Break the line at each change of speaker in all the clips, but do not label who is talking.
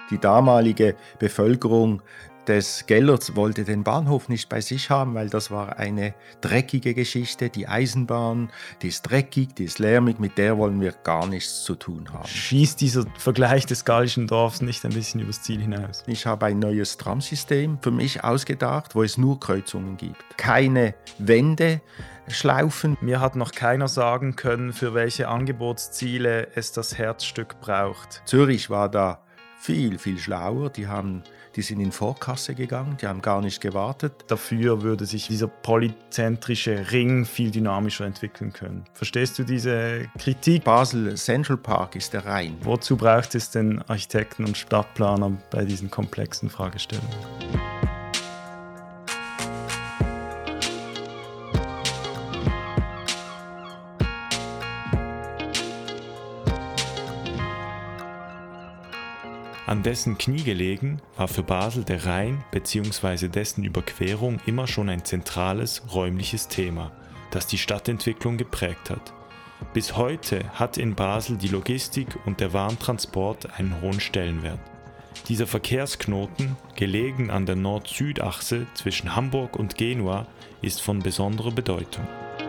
Die damalige Bevölkerung des Gellerts wollte den Bahnhof nicht bei sich haben, weil das war eine dreckige Geschichte. Die Eisenbahn, die ist dreckig, die ist lärmig, mit der wollen wir gar nichts zu tun haben.
Schießt dieser Vergleich des gallischen Dorfs nicht ein bisschen übers Ziel hinaus?
Ich habe ein neues Tramsystem für mich ausgedacht, wo es nur Kreuzungen gibt. Keine Wendeschlaufen.
Mir hat noch keiner sagen können, für welche Angebotsziele es das Herzstück braucht.
Zürich war da viel, viel schlauer. Die sind in Vorkasse gegangen, die haben gar nicht gewartet.
Dafür würde sich dieser polyzentrische Ring viel dynamischer entwickeln können. Verstehst du diese Kritik?
Basel Central Park ist der Rhein.
Wozu braucht es denn Architekten und Stadtplaner bei diesen komplexen Fragestellungen?
An dessen Knie gelegen war für Basel der Rhein bzw. dessen Überquerung immer schon ein zentrales räumliches Thema, das die Stadtentwicklung geprägt hat. Bis heute hat in Basel die Logistik und der Warentransport einen hohen Stellenwert. Dieser Verkehrsknoten, gelegen an der Nord-Süd-Achse zwischen Hamburg und Genua, ist von besonderer Bedeutung.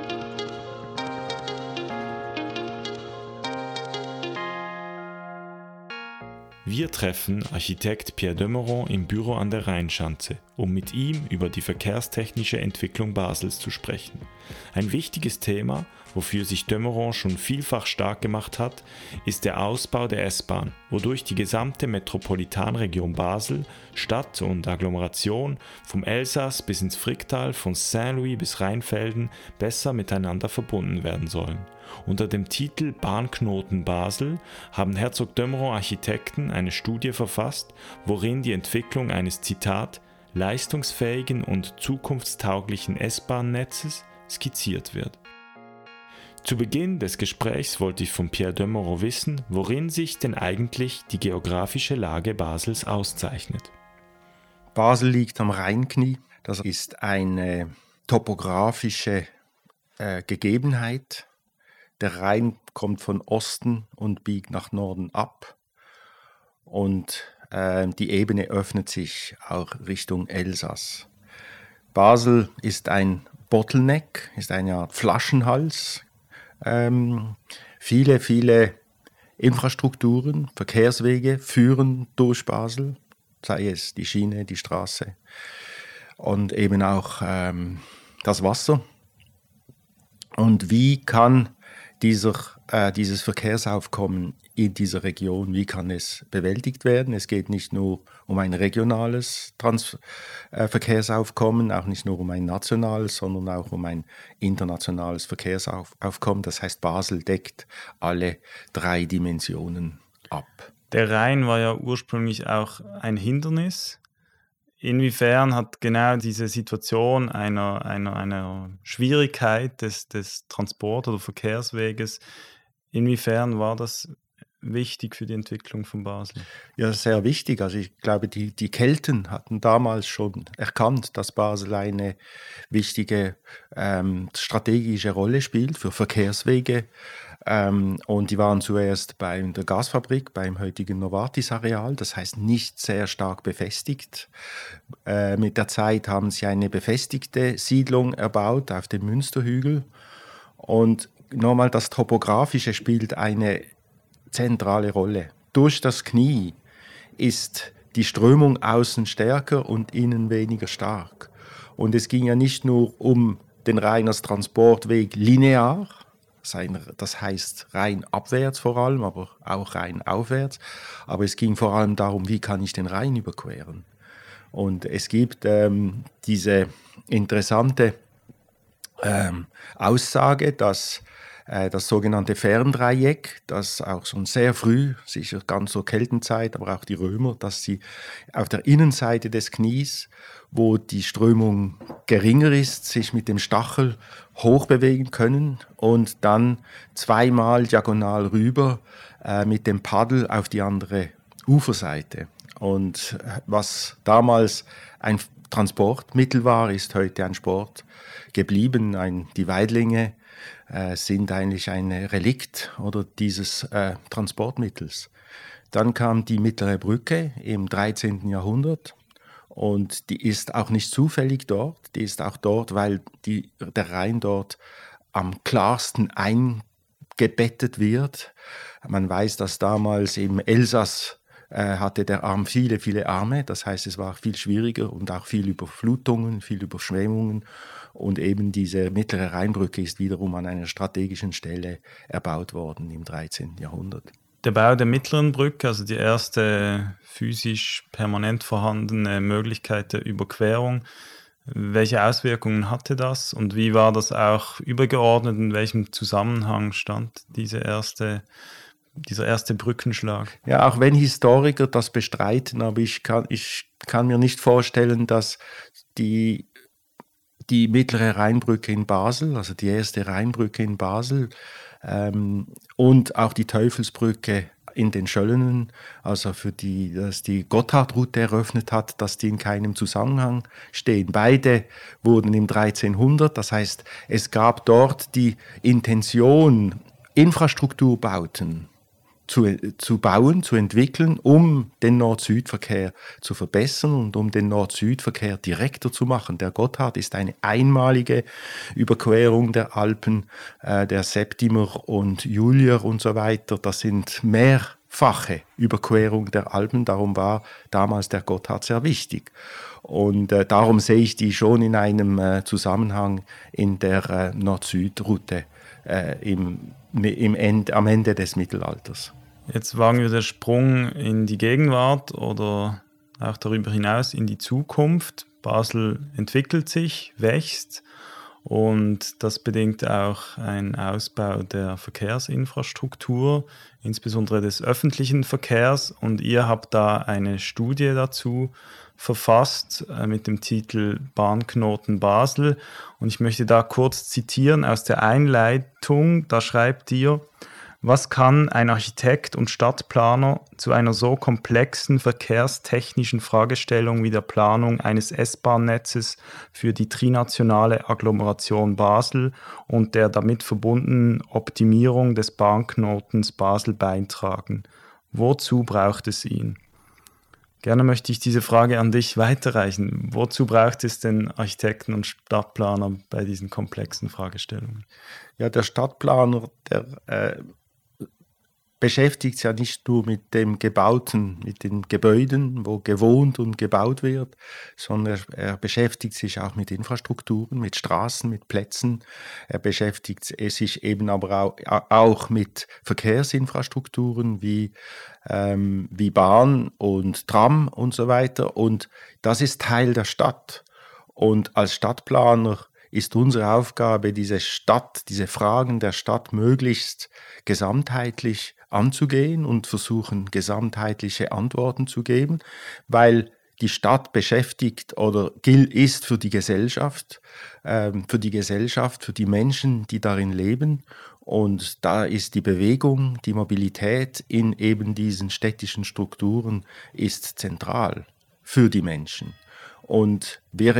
Wir treffen Architekt Pierre de Meuron im Büro an der Rheinschanze, um mit ihm über die verkehrstechnische Entwicklung Basels zu sprechen. Ein wichtiges Thema, wofür sich de Meuron schon vielfach stark gemacht hat, ist der Ausbau der S-Bahn, wodurch die gesamte Metropolitanregion Basel, Stadt und Agglomeration, vom Elsass bis ins Fricktal, von Saint-Louis bis Rheinfelden besser miteinander verbunden werden sollen. Unter dem Titel Bahnknoten Basel haben Herzog de Meuron Architekten eine Studie verfasst, worin die Entwicklung eines, Zitat, leistungsfähigen und zukunftstauglichen S-Bahn-Netzes skizziert wird. Zu Beginn des Gesprächs wollte ich von Pierre de Meuron wissen, worin sich denn eigentlich die geografische Lage Basels auszeichnet.
Basel liegt am Rheinknie. Das ist eine topografische Gegebenheit. Der Rhein kommt von Osten und biegt nach Norden ab. Und die Ebene öffnet sich auch Richtung Elsass. Basel ist ein Bottleneck, ist eine Art Flaschenhals. Viele Infrastrukturen, Verkehrswege führen durch Basel, sei es die Schiene, die Straße und eben auch das Wasser. Und wie kann dieses Verkehrsaufkommen in dieser Region, wie kann es bewältigt werden? Es geht nicht nur um ein regionales Verkehrsaufkommen, auch nicht nur um ein nationales, sondern auch um ein internationales Verkehrsaufkommen. Das heißt, Basel deckt alle 3 Dimensionen ab.
Der Rhein war ja ursprünglich auch ein Hindernis. Inwiefern hat genau diese Situation einer Schwierigkeit des Transport- oder Verkehrsweges, inwiefern war das wichtig für die Entwicklung von Basel?
Ja, sehr wichtig. Also ich glaube, die Kelten hatten damals schon erkannt, dass Basel eine wichtige strategische Rolle spielt für Verkehrswege. Und die waren zuerst bei der Gasfabrik, beim heutigen Novartis-Areal, das heißt nicht sehr stark befestigt. Mit der Zeit haben sie eine befestigte Siedlung erbaut auf dem Münsterhügel. Und nochmal, das Topografische spielt eine zentrale Rolle. Durch das Knie ist die Strömung außen stärker und innen weniger stark. Und es ging ja nicht nur um den Rhein als Transportweg linear, das heißt Rhein abwärts vor allem, aber auch Rhein aufwärts. Aber es ging vor allem darum, wie kann ich den Rhein überqueren. Und es gibt diese interessante Aussage, dass das sogenannte Ferndreieck, das auch schon sehr früh, sicher ganz zur Keltenzeit, aber auch die Römer, dass sie auf der Innenseite des Knies, wo die Strömung geringer ist, sich mit dem Stachel hochbewegen können und dann zweimal diagonal rüber mit dem Paddel auf die andere Uferseite. Und was damals ein Transportmittel war, ist heute ein Sport geblieben. Die Weidlinge sind eigentlich ein Relikt oder dieses Transportmittels. Dann kam die Mittlere Brücke im 13. Jahrhundert und die ist auch nicht zufällig dort. Die ist auch dort, weil der Rhein dort am klarsten eingebettet wird. Man weiß, dass damals im Elsass hatte der Arm viele, viele Arme. Das heißt, es war viel schwieriger und auch viel Überflutungen, viel Überschwemmungen. Und eben diese mittlere Rheinbrücke ist wiederum an einer strategischen Stelle erbaut worden im 13. Jahrhundert.
Der Bau der Mittleren Brücke, also die erste physisch permanent vorhandene Möglichkeit der Überquerung, welche Auswirkungen hatte das und wie war das auch übergeordnet, in welchem Zusammenhang stand dieser erste Brückenschlag?
Ja, auch wenn Historiker das bestreiten, aber ich kann mir nicht vorstellen, dass die mittlere Rheinbrücke in Basel, also die erste Rheinbrücke in Basel und auch die Teufelsbrücke in den Schöllenen, also dass die Gotthardroute eröffnet hat, dass die in keinem Zusammenhang stehen. Beide wurden im 1300, das heißt, es gab dort die Intention, Infrastrukturbauten zu bauen, zu entwickeln, um den Nord-Süd-Verkehr zu verbessern und um den Nord-Süd-Verkehr direkter zu machen. Der Gotthard ist eine einmalige Überquerung der Alpen, der Septimer und Julier und so weiter. Das sind mehrfache Überquerung der Alpen, darum war damals der Gotthard sehr wichtig. Und darum sehe ich die schon in einem Zusammenhang in der Nord-Süd-Route am Ende des Mittelalters.
Jetzt wagen wir den Sprung in die Gegenwart oder auch darüber hinaus in die Zukunft. Basel entwickelt sich, wächst und das bedingt auch einen Ausbau der Verkehrsinfrastruktur, insbesondere des öffentlichen Verkehrs. Und ihr habt da eine Studie dazu verfasst mit dem Titel Bahnknoten Basel. Und ich möchte da kurz zitieren aus der Einleitung. Da schreibt ihr: Was kann ein Architekt und Stadtplaner zu einer so komplexen verkehrstechnischen Fragestellung wie der Planung eines S-Bahn-Netzes für die trinationale Agglomeration Basel und der damit verbundenen Optimierung des Bahnknotens Basel beitragen? Wozu braucht es ihn? Gerne möchte ich diese Frage an dich weiterreichen. Wozu braucht es denn Architekten und Stadtplaner bei diesen komplexen Fragestellungen?
Ja, der Stadtplaner, der beschäftigt sich ja nicht nur mit dem Gebauten, mit den Gebäuden, wo gewohnt und gebaut wird, sondern er beschäftigt sich auch mit Infrastrukturen, mit Straßen, mit Plätzen. Er beschäftigt sich eben aber auch mit Verkehrsinfrastrukturen wie Bahn und Tram und so weiter. Und das ist Teil der Stadt. Und als Stadtplaner ist unsere Aufgabe, diese Fragen der Stadt möglichst gesamtheitlich anzugehen und versuchen, gesamtheitliche Antworten zu geben, weil die Stadt beschäftigt oder ist für die Gesellschaft, für die Menschen, die darin leben. Und da ist die Bewegung, die Mobilität in eben diesen städtischen Strukturen ist zentral für die Menschen. Und wir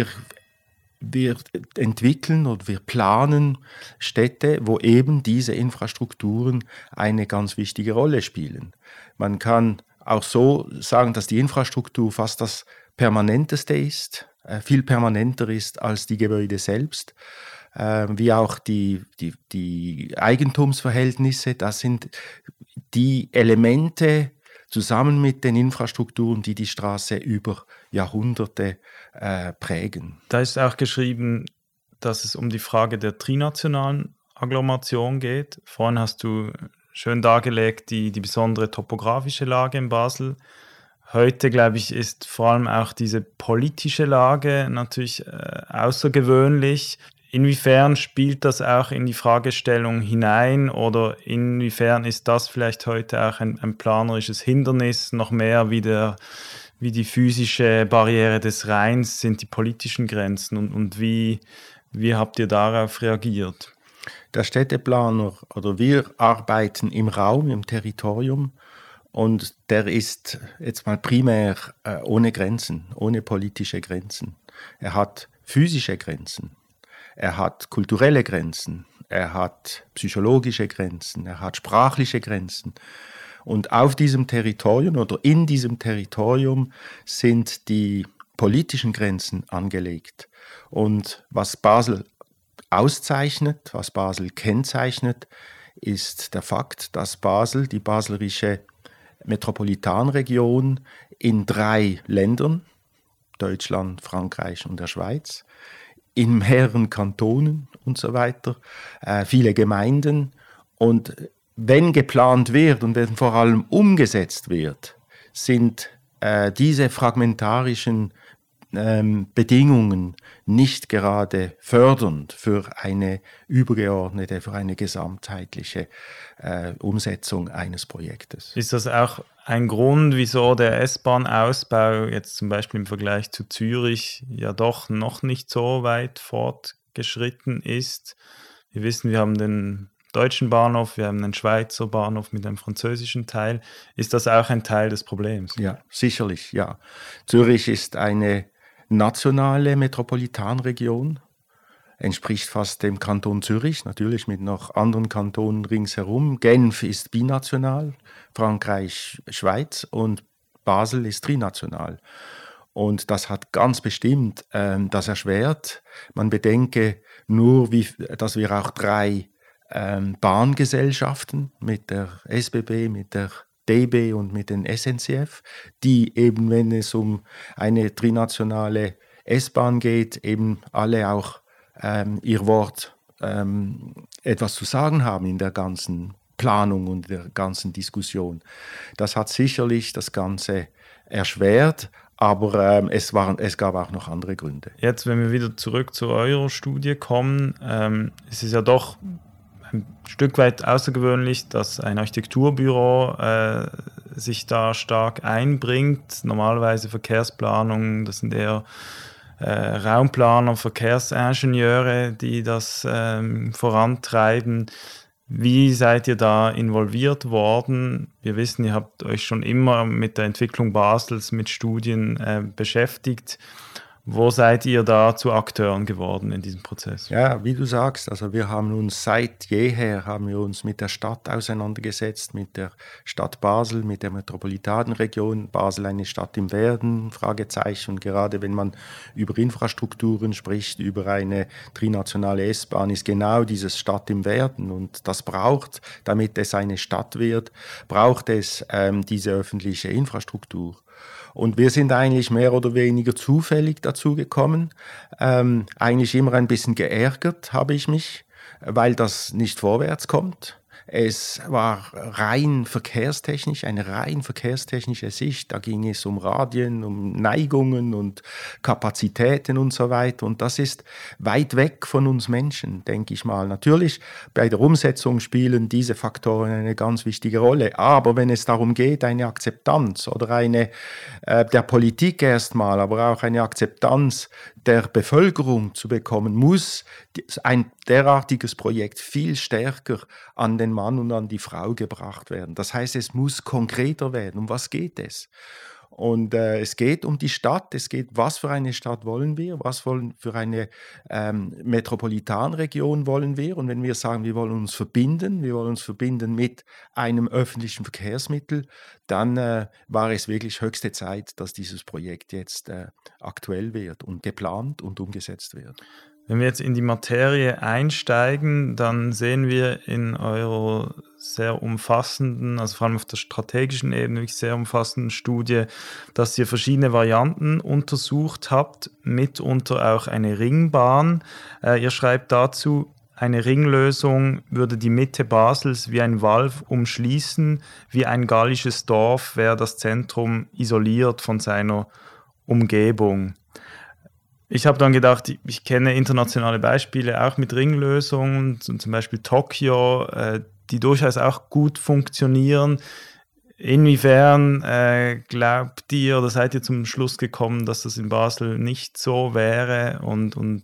entwickeln oder wir planen Städte, wo eben diese Infrastrukturen eine ganz wichtige Rolle spielen. Man kann auch so sagen, dass die Infrastruktur fast das Permanenteste ist, viel permanenter ist als die Gebäude selbst, wie auch die Eigentumsverhältnisse. Das sind die Elemente zusammen mit den Infrastrukturen, die die Straße über Jahrhunderte prägen.
Da ist auch geschrieben, dass es um die Frage der trinationalen Agglomeration geht. Vorhin hast du schön dargelegt die besondere topografische Lage in Basel. Heute, glaube ich, ist vor allem auch diese politische Lage natürlich außergewöhnlich. Inwiefern spielt das auch in die Fragestellung hinein oder inwiefern ist das vielleicht heute auch ein planerisches Hindernis, noch mehr wie die physische Barriere des Rheins sind die politischen Grenzen und wie habt ihr darauf reagiert?
Der Städteplaner oder wir arbeiten im Raum, im Territorium Und der ist jetzt mal primär ohne Grenzen, ohne politische Grenzen. Er hat physische Grenzen, er hat kulturelle Grenzen, er hat psychologische Grenzen, er hat sprachliche Grenzen. Und auf diesem Territorium oder in diesem Territorium sind die politischen Grenzen angelegt. Und was Basel auszeichnet, was Basel kennzeichnet, ist der Fakt, dass Basel, die baslerische Metropolitanregion, in 3 Ländern, Deutschland, Frankreich und der Schweiz, in mehreren Kantonen und so weiter, viele Gemeinden. Und wenn geplant wird und wenn vor allem umgesetzt wird, sind diese fragmentarischen Bedingungen nicht gerade fördernd für eine übergeordnete, für eine gesamtheitliche Umsetzung eines Projektes.
Ist das auch ein Grund, wieso der S-Bahn-Ausbau jetzt zum Beispiel im Vergleich zu Zürich ja doch noch nicht so weit fortgeschritten ist? Wir wissen, wir haben den deutschen Bahnhof, wir haben einen Schweizer Bahnhof mit einem französischen Teil. Ist das auch ein Teil des Problems?
Ja, sicherlich, ja. Zürich ist eine nationale Metropolitanregion, entspricht fast dem Kanton Zürich, natürlich mit noch anderen Kantonen ringsherum. Genf ist binational, Frankreich, Schweiz und Basel ist trinational. Und das hat ganz bestimmt das erschwert. Man bedenke nur, dass wir auch 3 Bahngesellschaften mit der SBB, mit der DB und mit den SNCF, die eben, wenn es um eine trinationale S-Bahn geht, eben alle auch ihr Wort etwas zu sagen haben in der ganzen Planung und der ganzen Diskussion. Das hat sicherlich das Ganze erschwert, aber es gab auch noch andere Gründe.
Jetzt, wenn wir wieder zurück zu eurer Studie kommen, ist es ja doch ein Stück weit außergewöhnlich, dass ein Architekturbüro sich da stark einbringt. Normalerweise Verkehrsplanung, das sind eher Raumplaner, Verkehrsingenieure, die das vorantreiben. Wie seid ihr da involviert worden? Wir wissen, ihr habt euch schon immer mit der Entwicklung Basels, mit Studien beschäftigt. Wo seid ihr da zu Akteuren geworden in diesem Prozess?
Ja, wie du sagst, also wir haben uns seit jeher mit der Stadt auseinandergesetzt, mit der Stadt Basel, mit der Metropolitanregion. Basel eine Stadt im Werden, Fragezeichen. Und gerade wenn man über Infrastrukturen spricht, über eine trinationale S-Bahn, ist genau dieses Stadt im Werden. Und das braucht, damit es eine Stadt wird, braucht es diese öffentliche Infrastruktur. Und wir sind eigentlich mehr oder weniger zufällig dazu gekommen. Eigentlich immer ein bisschen geärgert habe ich mich, weil das nicht vorwärts kommt. Es war rein verkehrstechnisch, eine rein verkehrstechnische Sicht. Da ging es um Radien, um Neigungen und Kapazitäten und so weiter. Und das ist weit weg von uns Menschen, denke ich mal. Natürlich, bei der Umsetzung spielen diese Faktoren eine ganz wichtige Rolle. Aber wenn es darum geht, eine Akzeptanz oder eine der Politik erstmal, aber auch eine Akzeptanz der Bevölkerung zu bekommen, muss ein derartiges Projekt viel stärker an den Mann und an die Frau gebracht werden. Das heißt, es muss konkreter werden. Um was geht es? Und es geht um die Stadt, es geht, was für eine Stadt wollen wir, was für eine Metropolitanregion wollen wir. Und wenn wir sagen, wir wollen uns verbinden mit einem öffentlichen Verkehrsmittel, dann war es wirklich höchste Zeit, dass dieses Projekt jetzt aktuell wird und geplant und umgesetzt wird.
Wenn wir jetzt in die Materie einsteigen, dann sehen wir in eurer sehr umfassenden, also vor allem auf der strategischen Ebene, sehr umfassenden Studie, dass ihr verschiedene Varianten untersucht habt, mitunter auch eine Ringbahn. Ihr schreibt dazu, eine Ringlösung würde die Mitte Basels wie ein Wall umschließen, wie ein gallisches Dorf wäre das Zentrum isoliert von seiner Umgebung. Ich habe dann gedacht, ich kenne internationale Beispiele auch mit Ringlösungen, zum Beispiel Tokio, die durchaus auch gut funktionieren. Inwiefern glaubt ihr oder seid ihr zum Schluss gekommen, dass das in Basel nicht so wäre und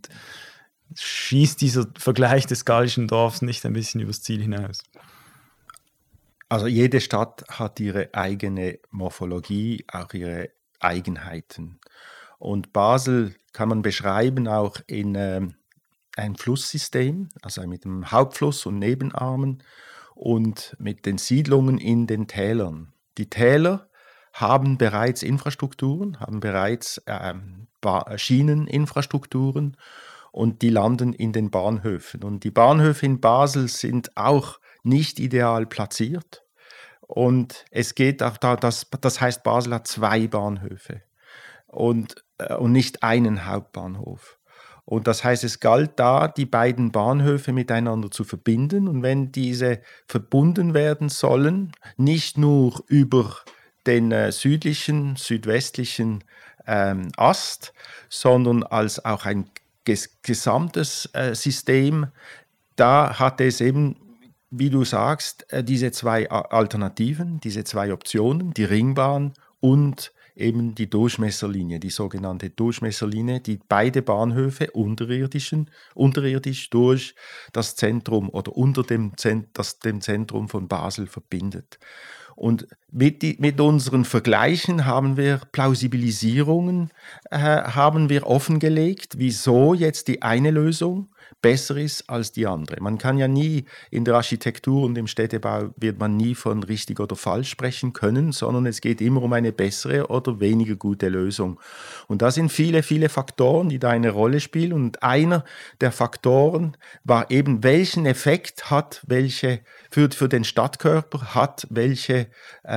schießt dieser Vergleich des gallischen Dorfs nicht ein bisschen übers Ziel hinaus?
Also jede Stadt hat ihre eigene Morphologie, auch ihre Eigenheiten. Und Basel kann man beschreiben auch in ein Flusssystem, also mit einem Hauptfluss und Nebenarmen und mit den Siedlungen in den Tälern. Die Täler haben bereits Infrastrukturen, haben bereits Schieneninfrastrukturen und die landen in den Bahnhöfen. Und die Bahnhöfe in Basel sind auch nicht ideal platziert. Und es geht auch da, das heißt, Basel hat 2 Bahnhöfe und nicht einen Hauptbahnhof. Und das heißt, es galt da, die beiden Bahnhöfe miteinander zu verbinden. Und wenn diese verbunden werden sollen, nicht nur über den südwestlichen Ast, sondern als auch ein gesamtes System, da hatte es eben, wie du sagst, diese 2 Alternativen, diese 2 Optionen, die Ringbahn und eben die Durchmesserlinie, die sogenannte Durchmesserlinie, die beide Bahnhöfe unterirdisch durch das Zentrum oder unter dem Zentrum von Basel verbindet. Und mit unseren Vergleichen haben wir Plausibilisierungen, haben wir offengelegt, wieso jetzt die eine Lösung besser ist als die andere. Man kann ja nie in der Architektur und im Städtebau wird man nie von richtig oder falsch sprechen können, sondern es geht immer um eine bessere oder weniger gute Lösung. Und da sind viele, viele Faktoren, die da eine Rolle spielen. Und einer der Faktoren war eben, welchen Effekt hat welche für den Stadtkörper hat welche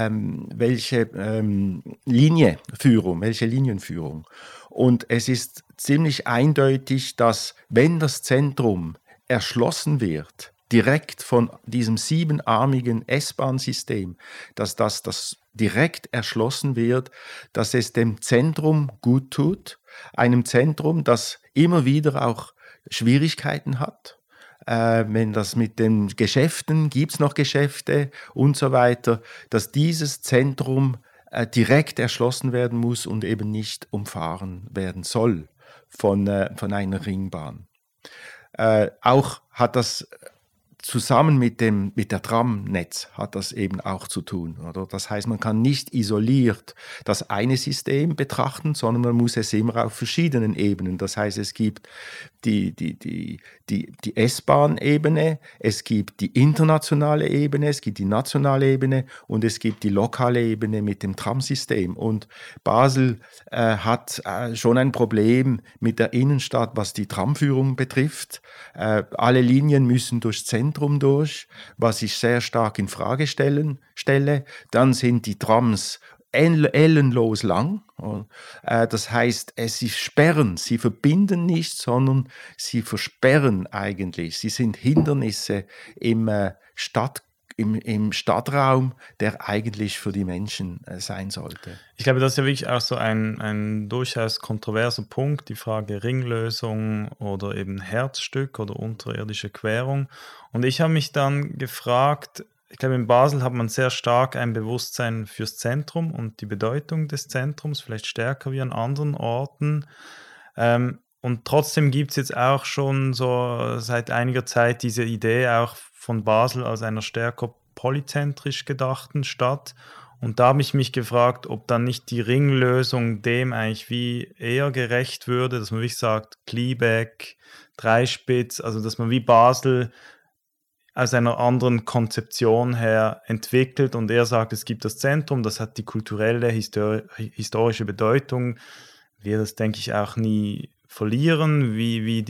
Linienführung. Und es ist ziemlich eindeutig, dass wenn das Zentrum erschlossen wird, direkt von diesem 7-armigen S-Bahn-System, dass das direkt erschlossen wird, dass es dem Zentrum gut tut, einem Zentrum, das immer wieder auch Schwierigkeiten hat. Wenn das mit den Geschäften, gibt es noch Geschäfte und so weiter, dass dieses Zentrum direkt erschlossen werden muss und eben nicht umfahren werden soll von einer Ringbahn. Auch hat das zusammen mit der Tramnetz hat das eben auch zu tun. Oder? Das heißt, man kann nicht isoliert das eine System betrachten, sondern man muss es immer auf verschiedenen Ebenen. Das heißt, es gibt die S-Bahn-Ebene, es gibt die internationale Ebene, es gibt die nationale Ebene und es gibt die lokale Ebene mit dem Tramsystem. Und Basel hat schon ein Problem mit der Innenstadt, was die Tramführung betrifft. Alle Linien müssen durchs Zentrum durch, was ich sehr stark in Frage stelle. Dann sind die Trams ellenlos lang. Das heißt, sie sperren, sie verbinden nicht, sondern sie versperren eigentlich. Sie sind Hindernisse im Stadtraum, der eigentlich für die Menschen sein sollte.
Ich glaube, das ist ja wirklich auch so ein durchaus kontroverser Punkt, die Frage Ringlösung oder eben Herzstück oder unterirdische Querung. Und ich habe mich dann gefragt, ich glaube, in Basel hat man sehr stark ein Bewusstsein fürs Zentrum und die Bedeutung des Zentrums, vielleicht stärker wie an anderen Orten. Und trotzdem gibt es jetzt auch schon so seit einiger Zeit diese Idee auch von Basel als einer stärker polyzentrisch gedachten Stadt. Und da habe ich mich gefragt, ob dann nicht die Ringlösung dem eigentlich wie eher gerecht würde, dass man wirklich sagt, Gliebeck, Dreispitz, also dass man wie Basel aus einer anderen Konzeption her entwickelt und er sagt, es gibt das Zentrum, das hat die kulturelle, historische Bedeutung, wir das, denke ich, auch nie verlieren, wie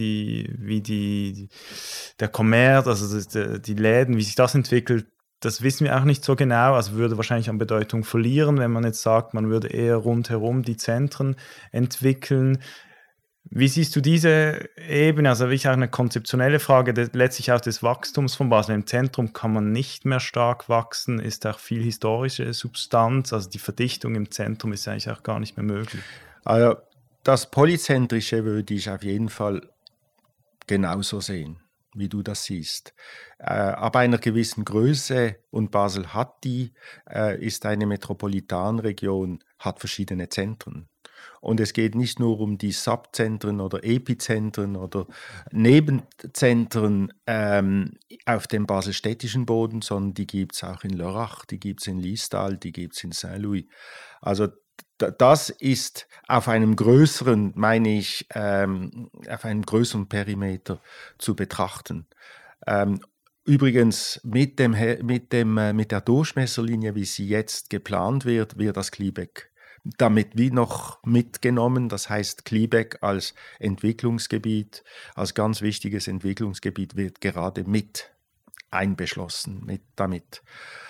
der Kommerz, also die Läden, wie sich das entwickelt, das wissen wir auch nicht so genau, also würde wahrscheinlich an Bedeutung verlieren, wenn man jetzt sagt, man würde eher rundherum die Zentren entwickeln. Wie siehst du diese Ebene, also wirklich auch eine konzeptionelle Frage, letztlich auch des Wachstums von Basel. Im Zentrum kann man nicht mehr stark wachsen, ist auch viel historische Substanz, also die Verdichtung im Zentrum ist eigentlich auch gar nicht mehr möglich.
Also das Polyzentrische würde ich auf jeden Fall genauso sehen, wie du das siehst. Ab einer gewissen Größe, und Basel hat die, ist eine Metropolitanregion, hat verschiedene Zentren. Und es geht nicht nur um die Subzentren oder Epizentren oder Nebenzentren auf dem baselstädtischen Boden, sondern die gibt es auch in Lörrach, die gibt es in Liestal, die gibt es in Saint-Louis. Also das ist auf einem größeren, meine ich, auf einem größeren Perimeter zu betrachten. Übrigens mit der Durchmesserlinie, wie sie jetzt geplant wird das Kliebeck damit wie noch mitgenommen. Das heißt, Kliebeck als Entwicklungsgebiet, als ganz wichtiges Entwicklungsgebiet wird gerade mit einbeschlossen damit.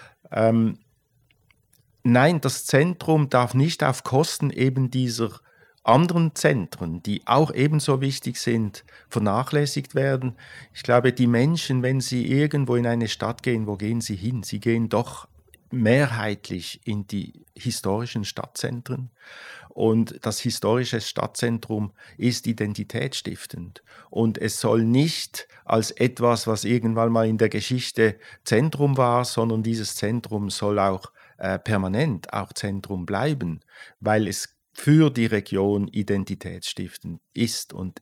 Nein, das Zentrum darf nicht auf Kosten eben dieser anderen Zentren, die auch ebenso wichtig sind, vernachlässigt werden. Ich glaube, die Menschen, wenn sie irgendwo in eine Stadt gehen, wo gehen sie hin? Sie gehen doch mehrheitlich in die historischen Stadtzentren. Und das historische Stadtzentrum ist identitätsstiftend. Und es soll nicht als etwas, was irgendwann mal in der Geschichte Zentrum war, sondern dieses Zentrum soll auch permanent auch Zentrum bleiben, weil es für die Region identitätsstiftend ist und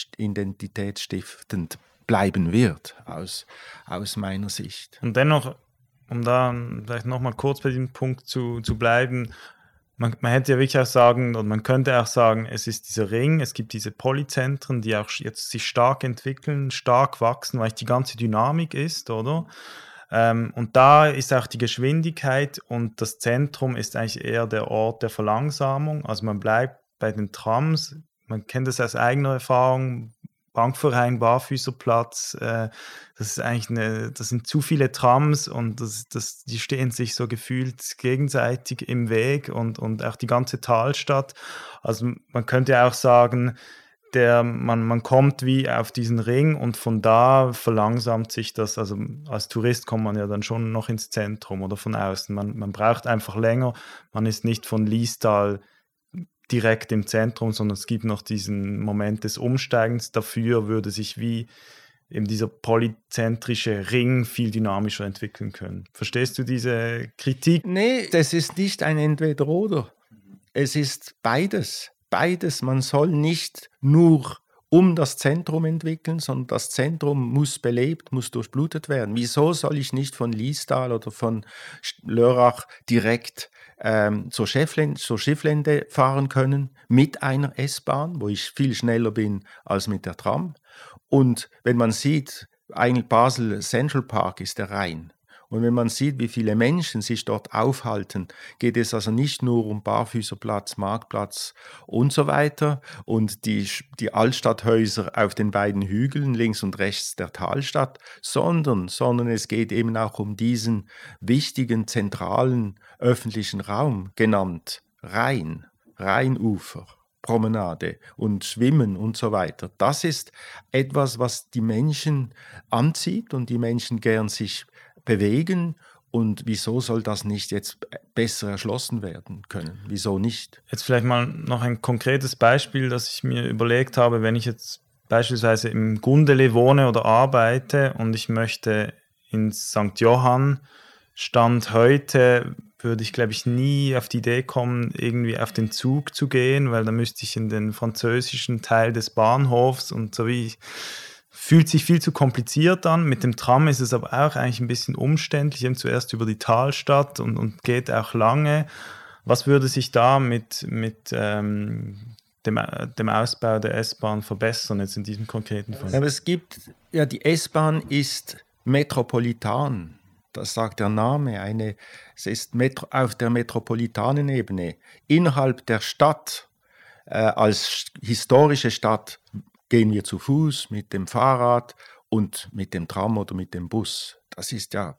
identitätsstiftend bleiben wird, aus meiner Sicht.
Und dennoch, um da vielleicht nochmal kurz bei diesem Punkt zu bleiben, man hätte ja wirklich auch sagen, oder man könnte auch sagen, es ist dieser Ring, es gibt diese Polyzentren, die auch jetzt sich stark entwickeln, stark wachsen, weil es die ganze Dynamik ist, oder? Und da ist auch die Geschwindigkeit und das Zentrum ist eigentlich eher der Ort der Verlangsamung. Also man bleibt bei den Trams, man kennt das aus eigener Erfahrung, Bankverein, Barfüßerplatz, das ist eigentlich das sind zu viele Trams und die stehen sich so gefühlt gegenseitig im Weg und auch die ganze Talstadt. Also man könnte ja auch sagen, man kommt wie auf diesen Ring und von da verlangsamt sich das. Also als Tourist kommt man ja dann schon noch ins Zentrum oder von außen. Man braucht einfach länger. Man ist nicht von Liestal direkt im Zentrum, sondern es gibt noch diesen Moment des Umsteigens. Dafür würde sich wie eben dieser polyzentrische Ring viel dynamischer entwickeln können. Verstehst du diese Kritik?
Nee, das ist nicht ein Entweder-Oder. Es ist beides. Beides. Man soll nicht nur um das Zentrum entwickeln, sondern das Zentrum muss belebt, muss durchblutet werden. Wieso soll ich nicht von Liestal oder von Lörrach direkt zur Schifflände fahren können mit einer S-Bahn, wo ich viel schneller bin als mit der Tram? Und wenn man sieht, eigentlich Basel Central Park ist der Rhein. Und wenn man sieht, wie viele Menschen sich dort aufhalten, geht es also nicht nur um Barfüßerplatz, Marktplatz und so weiter und die Altstadthäuser auf den beiden Hügeln links und rechts der Talstadt, sondern es geht eben auch um diesen wichtigen zentralen öffentlichen Raum, genannt Rhein, Rheinufer. Promenade und Schwimmen und so weiter. Das ist etwas, was die Menschen anzieht und die Menschen gern sich bewegen. Und wieso soll das nicht jetzt besser erschlossen werden können? Wieso nicht?
Jetzt vielleicht mal noch ein konkretes Beispiel, das ich mir überlegt habe, wenn ich jetzt beispielsweise im Gundeli wohne oder arbeite und ich möchte ins St. Johann, Stand heute würde ich, glaube ich, nie auf die Idee kommen, irgendwie auf den Zug zu gehen, weil da müsste ich in den französischen Teil des Bahnhofs und so wie fühlt sich viel zu kompliziert an. Mit dem Tram ist es aber auch eigentlich ein bisschen umständlich, eben zuerst über die Talstadt und geht auch lange. Was würde sich da mit dem Ausbau der S-Bahn verbessern, jetzt in diesem konkreten Fall?
Aber die S-Bahn ist metropolitan. Das sagt der Name. Es ist auf der metropolitanen Ebene. Innerhalb der Stadt, als historische Stadt, gehen wir zu Fuß, mit dem Fahrrad und mit dem Tram oder mit dem Bus. Das ist ja,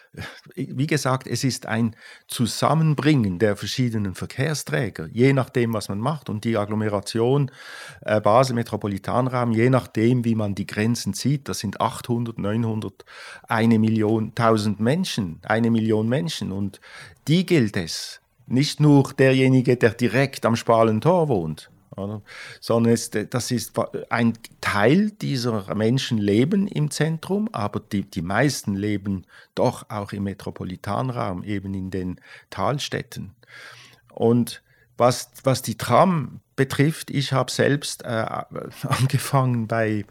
wie gesagt, es ist ein Zusammenbringen der verschiedenen Verkehrsträger, je nachdem, was man macht. Und die Agglomeration Basel Metropolitanraum, je nachdem, wie man die Grenzen zieht, das sind 800, 900, 1 Million, 1000 Menschen, 1 Million Menschen. Und die gilt es, nicht nur derjenige, der direkt am Spalen Tor wohnt, oder? Sondern das ist ein Teil dieser Menschen leben im Zentrum, aber die meisten leben doch auch im Metropolitanraum, eben in den Talstädten. Und Was die Tram betrifft, ich habe selbst angefangen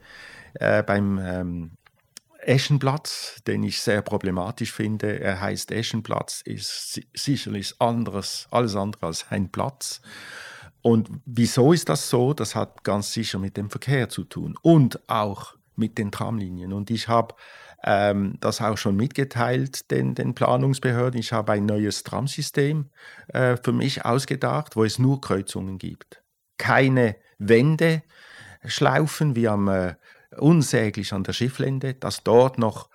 beim Eschenplatz, den ich sehr problematisch finde. Er heißt Eschenplatz, ist sicherlich alles andere als ein Platz. Und wieso ist das so? Das hat ganz sicher mit dem Verkehr zu tun und auch mit den Tramlinien. Und ich habe das auch schon mitgeteilt den Planungsbehörden. Ich habe ein neues Tramsystem für mich ausgedacht, wo es nur Kreuzungen gibt. Keine Wendeschlaufen wie unsäglich an der Schifflände, dass dort noch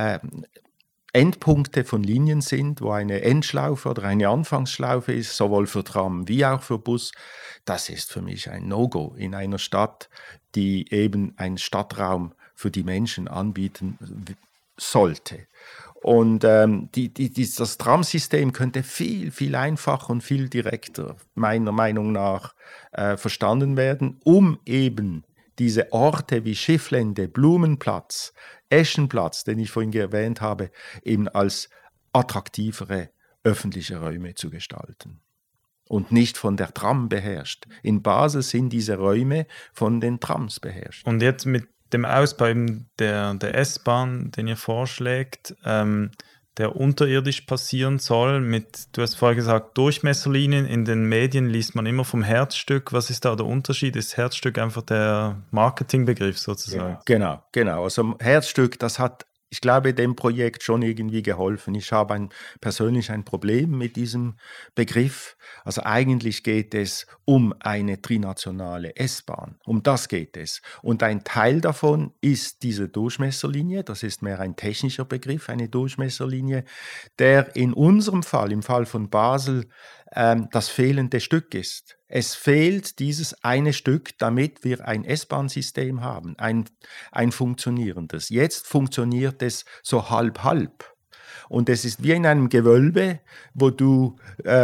Endpunkte von Linien sind, wo eine Endschlaufe oder eine Anfangsschlaufe ist, sowohl für Tram wie auch für Bus. Das ist für mich ein No-Go in einer Stadt, die eben einen Stadtraum für die Menschen anbieten sollte. Und das Tramsystem könnte viel, viel einfacher und viel direkter, meiner Meinung nach, verstanden werden, um eben diese Orte wie Schifflände, Blumenplatz, Eschenplatz, den ich vorhin erwähnt habe, eben als attraktivere öffentliche Räume zu gestalten. Und nicht von der Tram beherrscht. In Basel sind diese Räume von den Trams beherrscht.
Und jetzt mit dem Ausbau der S-Bahn, den ihr vorschlägt, der unterirdisch passieren soll, du hast vorher gesagt, Durchmesserlinien. In den Medien liest man immer vom Herzstück. Was ist da der Unterschied? Ist Herzstück einfach der Marketingbegriff sozusagen?
Genau. Also Herzstück, das hat, ich glaube, dem Projekt schon irgendwie geholfen. Ich habe persönlich ein Problem mit diesem Begriff. Also eigentlich geht es um eine trinationale S-Bahn. Um das geht es. Und ein Teil davon ist diese Durchmesserlinie. Das ist mehr ein technischer Begriff, eine Durchmesserlinie, der in unserem Fall, im Fall von Basel, das fehlende Stück ist. Es fehlt dieses eine Stück, damit wir ein S-Bahn-System haben, ein funktionierendes. Jetzt funktioniert es so halb-halb. Und es ist wie in einem Gewölbe, wo du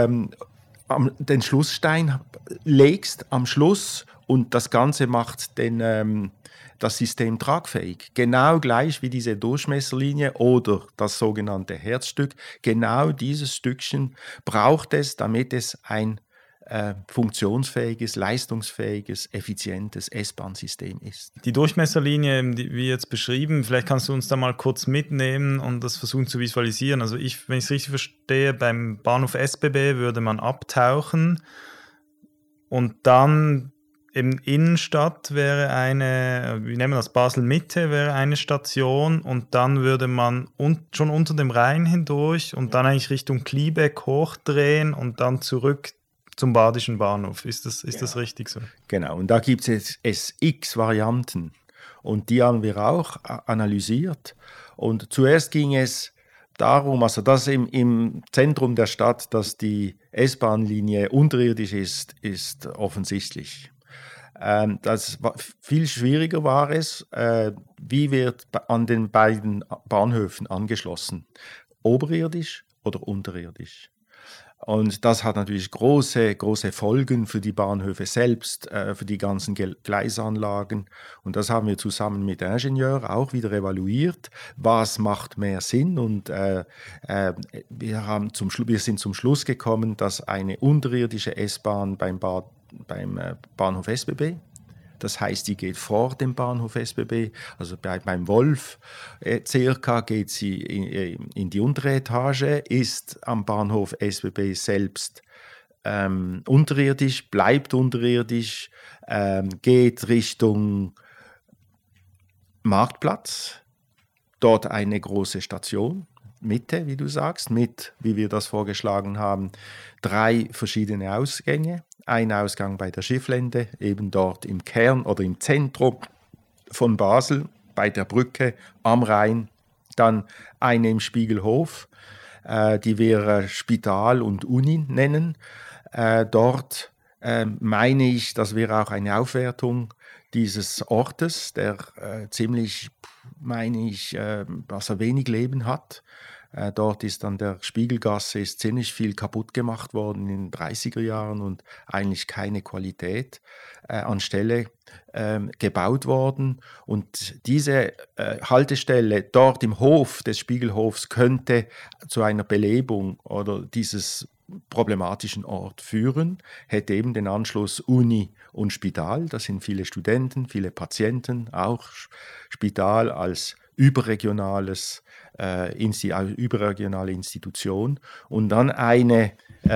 den Schlussstein legst am Schluss und das Ganze macht das System tragfähig. Genau gleich wie diese Durchmesserlinie oder das sogenannte Herzstück. Genau dieses Stückchen braucht es, damit es ein funktionsfähiges, leistungsfähiges, effizientes S-Bahn-System ist.
Die Durchmesserlinie, wie jetzt beschrieben, vielleicht kannst du uns da mal kurz mitnehmen und das versuchen zu visualisieren. Also wenn ich es richtig verstehe, beim Bahnhof SBB würde man abtauchen und dann in Innenstadt wäre wir nehmen das Basel-Mitte, wäre eine Station und dann würde man schon unter dem Rhein hindurch und dann eigentlich Richtung Kliebeck hochdrehen und dann zurück zum Badischen Bahnhof. Ist das richtig so?
Genau, und da gibt es x Varianten und die haben wir auch analysiert. Und zuerst ging es darum, also dass im Zentrum der Stadt, dass die S-Bahn-Linie unterirdisch ist offensichtlich. Viel schwieriger war es, wie wird an den beiden Bahnhöfen angeschlossen, oberirdisch oder unterirdisch. Und das hat natürlich große Folgen für die Bahnhöfe selbst, für die ganzen Gleisanlagen. Und das haben wir zusammen mit dem Ingenieur auch wieder evaluiert. Was macht mehr Sinn? Und wir sind zum Schluss gekommen, dass eine unterirdische S-Bahn beim Bahnhof SBB, das heißt, die geht vor dem Bahnhof SBB, also beim Wolf circa geht sie in die untere Etage, ist am Bahnhof SBB selbst unterirdisch, bleibt unterirdisch, geht Richtung Marktplatz, dort eine große Station, Mitte, wie du sagst, mit, wie wir das vorgeschlagen haben, 3 verschiedene Ausgänge. Ein Ausgang bei der Schifflände, eben dort im Kern oder im Zentrum von Basel, bei der Brücke am Rhein. Dann eine im Spiegelhof, die wir Spital und Uni nennen. Dort meine ich, dass wir auch eine Aufwertung dieses Ortes, der ziemlich, meine ich, also wenig Leben hat. Dort ist an der Spiegelgasse ziemlich viel kaputt gemacht worden in den 30er Jahren und eigentlich keine Qualität anstelle gebaut worden. Und diese Haltestelle dort im Hof des Spiegelhofs könnte zu einer Belebung oder dieses problematischen Ort führen, hätte eben den Anschluss Uni und Spital. Das sind viele Studenten, viele Patienten, auch Spital als überregionale Institution und dann eine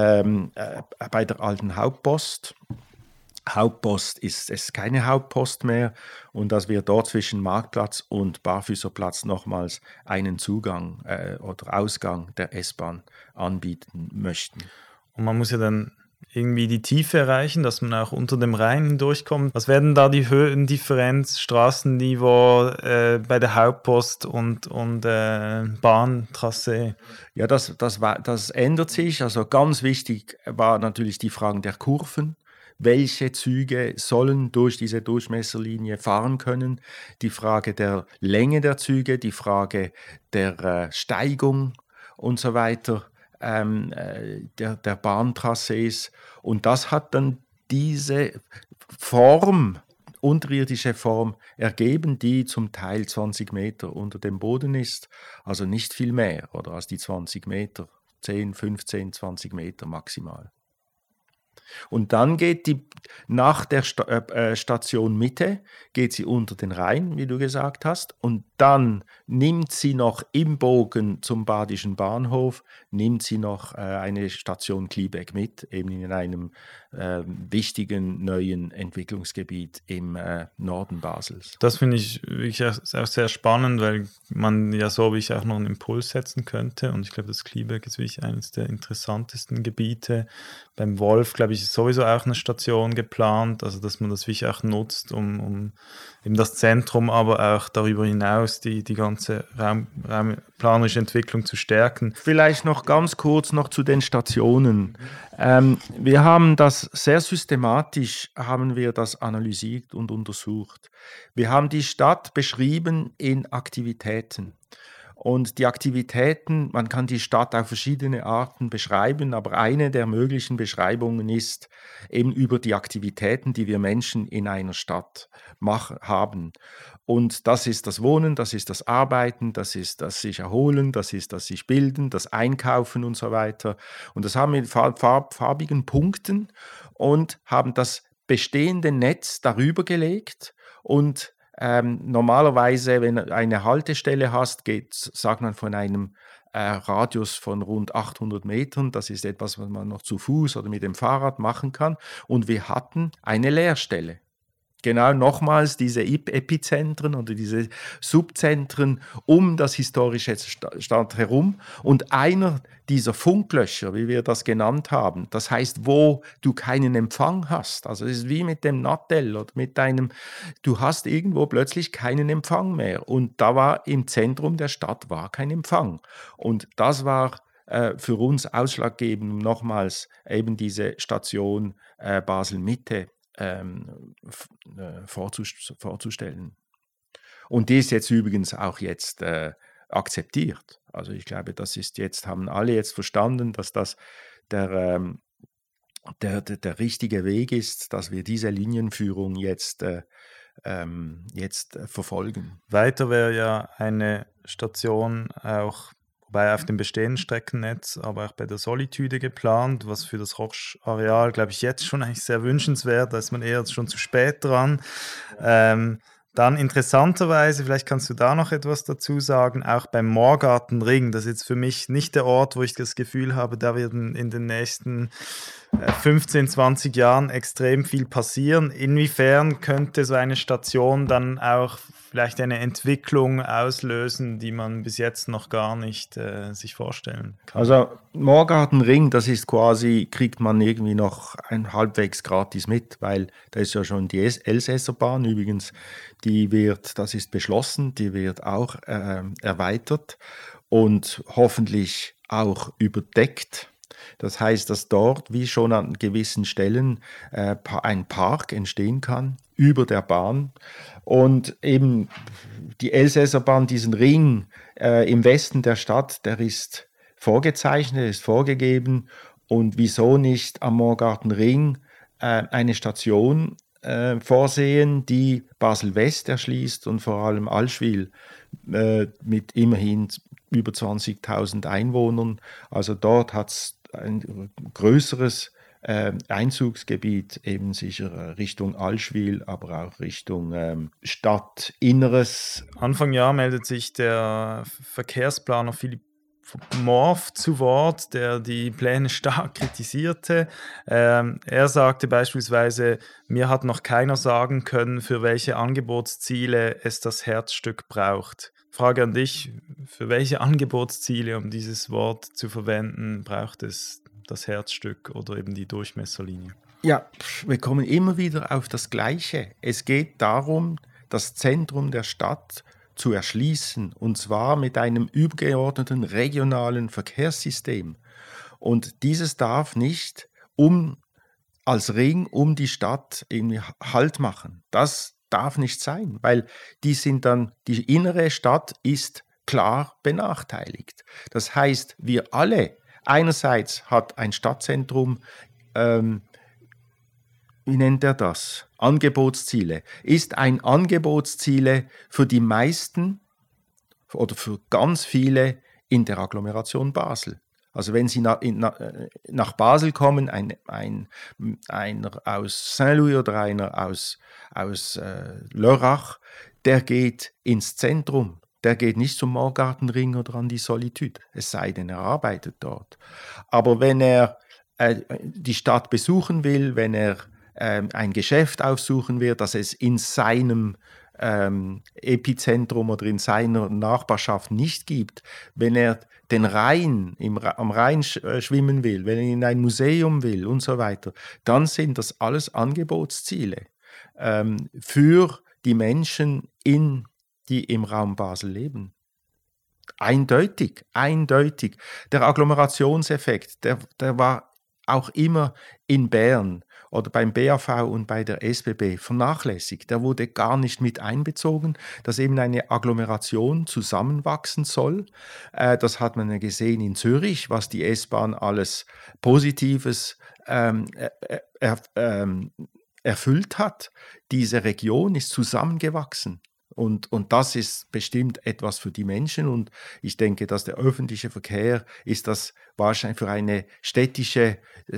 bei der alten Hauptpost. Hauptpost ist es keine Hauptpost mehr und dass wir dort zwischen Marktplatz und Barfüßerplatz nochmals einen Zugang oder Ausgang der S-Bahn anbieten möchten.
Und man muss ja dann irgendwie die Tiefe erreichen, dass man auch unter dem Rhein hindurchkommt. Was werden da die Höhendifferenz, Straßenniveau bei der Hauptpost und Bahntrasse?
Ja, das ändert sich. Also ganz wichtig war natürlich die Frage der Kurven. Welche Züge sollen durch diese Durchmesserlinie fahren können? Die Frage der Länge der Züge, die Frage der Steigung und so weiter, der Bahntrassees. Und das hat dann diese Form, unterirdische Form ergeben, die zum Teil 20 Meter unter dem Boden ist. Also nicht viel mehr oder als die 20 Meter, 10, 15, 20 Meter maximal. Und dann geht nach der Station Mitte, geht sie unter den Rhein, wie du gesagt hast, und dann nimmt sie noch im Bogen zum Badischen Bahnhof, nimmt sie noch eine Station Kliebeck mit, eben in einem wichtigen neuen Entwicklungsgebiet im Norden Basels.
Das finde ich wirklich auch sehr spannend, weil man ja so wie ich auch noch einen Impuls setzen könnte und ich glaube, das Kliebeck ist wirklich eines der interessantesten Gebiete. Beim Wolf, glaube ich, ist sowieso auch eine Station geplant, also dass man das wirklich auch nutzt, um eben das Zentrum, aber auch darüber hinaus die ganze raumplanerische Entwicklung zu stärken.
Vielleicht noch ganz kurz noch zu den Stationen. Wir haben das sehr systematisch, haben wir das analysiert und untersucht. Wir haben die Stadt beschrieben in Aktivitäten. Und die Aktivitäten, man kann die Stadt auf verschiedene Arten beschreiben, aber eine der möglichen Beschreibungen ist eben über die Aktivitäten, die wir Menschen in einer Stadt haben. Und das ist das Wohnen, das ist das Arbeiten, das ist das sich erholen, das ist das sich bilden, das Einkaufen und so weiter. Und das haben wir in farbigen Punkten und haben das bestehende Netz darüber gelegt und normalerweise, wenn du eine Haltestelle hast, sagt man von einem Radius von rund 800 Metern. Das ist etwas, was man noch zu Fuß oder mit dem Fahrrad machen kann. Und wir hatten eine Leerstelle. Genau nochmals diese Epizentren oder diese Subzentren um das historische Stadt herum. Und einer dieser Funklöcher, wie wir das genannt haben, das heißt, wo du keinen Empfang hast. Also es ist wie mit dem Nattel oder mit du hast irgendwo plötzlich keinen Empfang mehr. Und da war im Zentrum der Stadt war kein Empfang. Und das war für uns ausschlaggebend, um nochmals eben diese Station Basel-Mitte vorzustellen. Und die ist jetzt übrigens auch jetzt akzeptiert. Also ich glaube, das ist jetzt, haben alle jetzt verstanden, dass das der richtige Weg ist, dass wir diese Linienführung jetzt verfolgen.
Weiter wäre ja eine Station auch auf dem bestehenden Streckennetz, aber auch bei der Solitude geplant, was für das Roche-Areal, glaube ich, jetzt schon eigentlich sehr wünschenswert, da ist man eher schon zu spät dran. Dann interessanterweise, vielleicht kannst du da noch etwas dazu sagen, auch beim Moorgartenring, das ist jetzt für mich nicht der Ort, wo ich das Gefühl habe, da wird in den nächsten 15, 20 Jahren extrem viel passieren. Inwiefern könnte so eine Station dann auch vielleicht eine Entwicklung auslösen, die man bis jetzt noch gar nicht sich vorstellen kann?
Also Moorgartenring, das ist quasi, kriegt man irgendwie noch halbwegs gratis mit, weil da ist ja schon die Elsässerbahn übrigens, das ist beschlossen, die wird auch erweitert und hoffentlich auch überdeckt. Das heißt, dass dort, wie schon an gewissen Stellen, ein Park entstehen kann über der Bahn. Und eben die Elsässerbahn, diesen Ring im Westen der Stadt, der ist vorgezeichnet, ist vorgegeben. Und wieso nicht am Moorgartenring eine Station vorsehen, die Basel-West erschließt und vor allem Allschwil mit immerhin über 20.000 Einwohnern. Also dort hat es ein größeres Einzugsgebiet eben sicher Richtung Allschwil, aber auch Richtung Stadtinneres.
Anfang Jahr meldet sich der Verkehrsplaner Philipp Morf zu Wort, der die Pläne stark kritisierte. Er sagte beispielsweise, mir hat noch keiner sagen können, für welche Angebotsziele es das Herzstück braucht. Frage an dich, für welche Angebotsziele, um dieses Wort zu verwenden, braucht es das Herzstück oder eben die Durchmesserlinie?
Ja, wir kommen immer wieder auf das Gleiche. Es geht darum, das Zentrum der Stadt zu erschließen, und zwar mit einem übergeordneten regionalen Verkehrssystem. Und dieses darf nicht als Ring um die Stadt irgendwie Halt machen. Das darf nicht sein, weil die innere Stadt ist klar benachteiligt. Das heißt, wir alle, einerseits hat ein Stadtzentrum, wie nennt er das? Angebotsziele. Ist ein Angebotsziele für die meisten oder für ganz viele in der Agglomeration Basel. Also wenn Sie nach Basel kommen, einer aus Saint-Louis oder einer aus Lörrach, der geht ins Zentrum. Der geht nicht zum Morgartenring oder an die Solitude, es sei denn, er arbeitet dort. Aber wenn er die Stadt besuchen will, wenn er ein Geschäft aufsuchen will, das es in seinem Epizentrum oder in seiner Nachbarschaft nicht gibt, wenn er den Rhein am Rhein schwimmen will, wenn er in ein Museum will und so weiter, dann sind das alles Angebotsziele für die Menschen, die im Raum Basel leben. Eindeutig, eindeutig. Der Agglomerationseffekt, der war auch immer in Bern oder beim BAV und bei der SBB vernachlässigt. Der wurde gar nicht mit einbezogen, dass eben eine Agglomeration zusammenwachsen soll. Das hat man ja gesehen in Zürich, was die S-Bahn alles Positives erfüllt hat. Diese Region ist zusammengewachsen. Und das ist bestimmt etwas für die Menschen, und ich denke, dass der öffentliche Verkehr ist das wahrscheinlich für eine städtische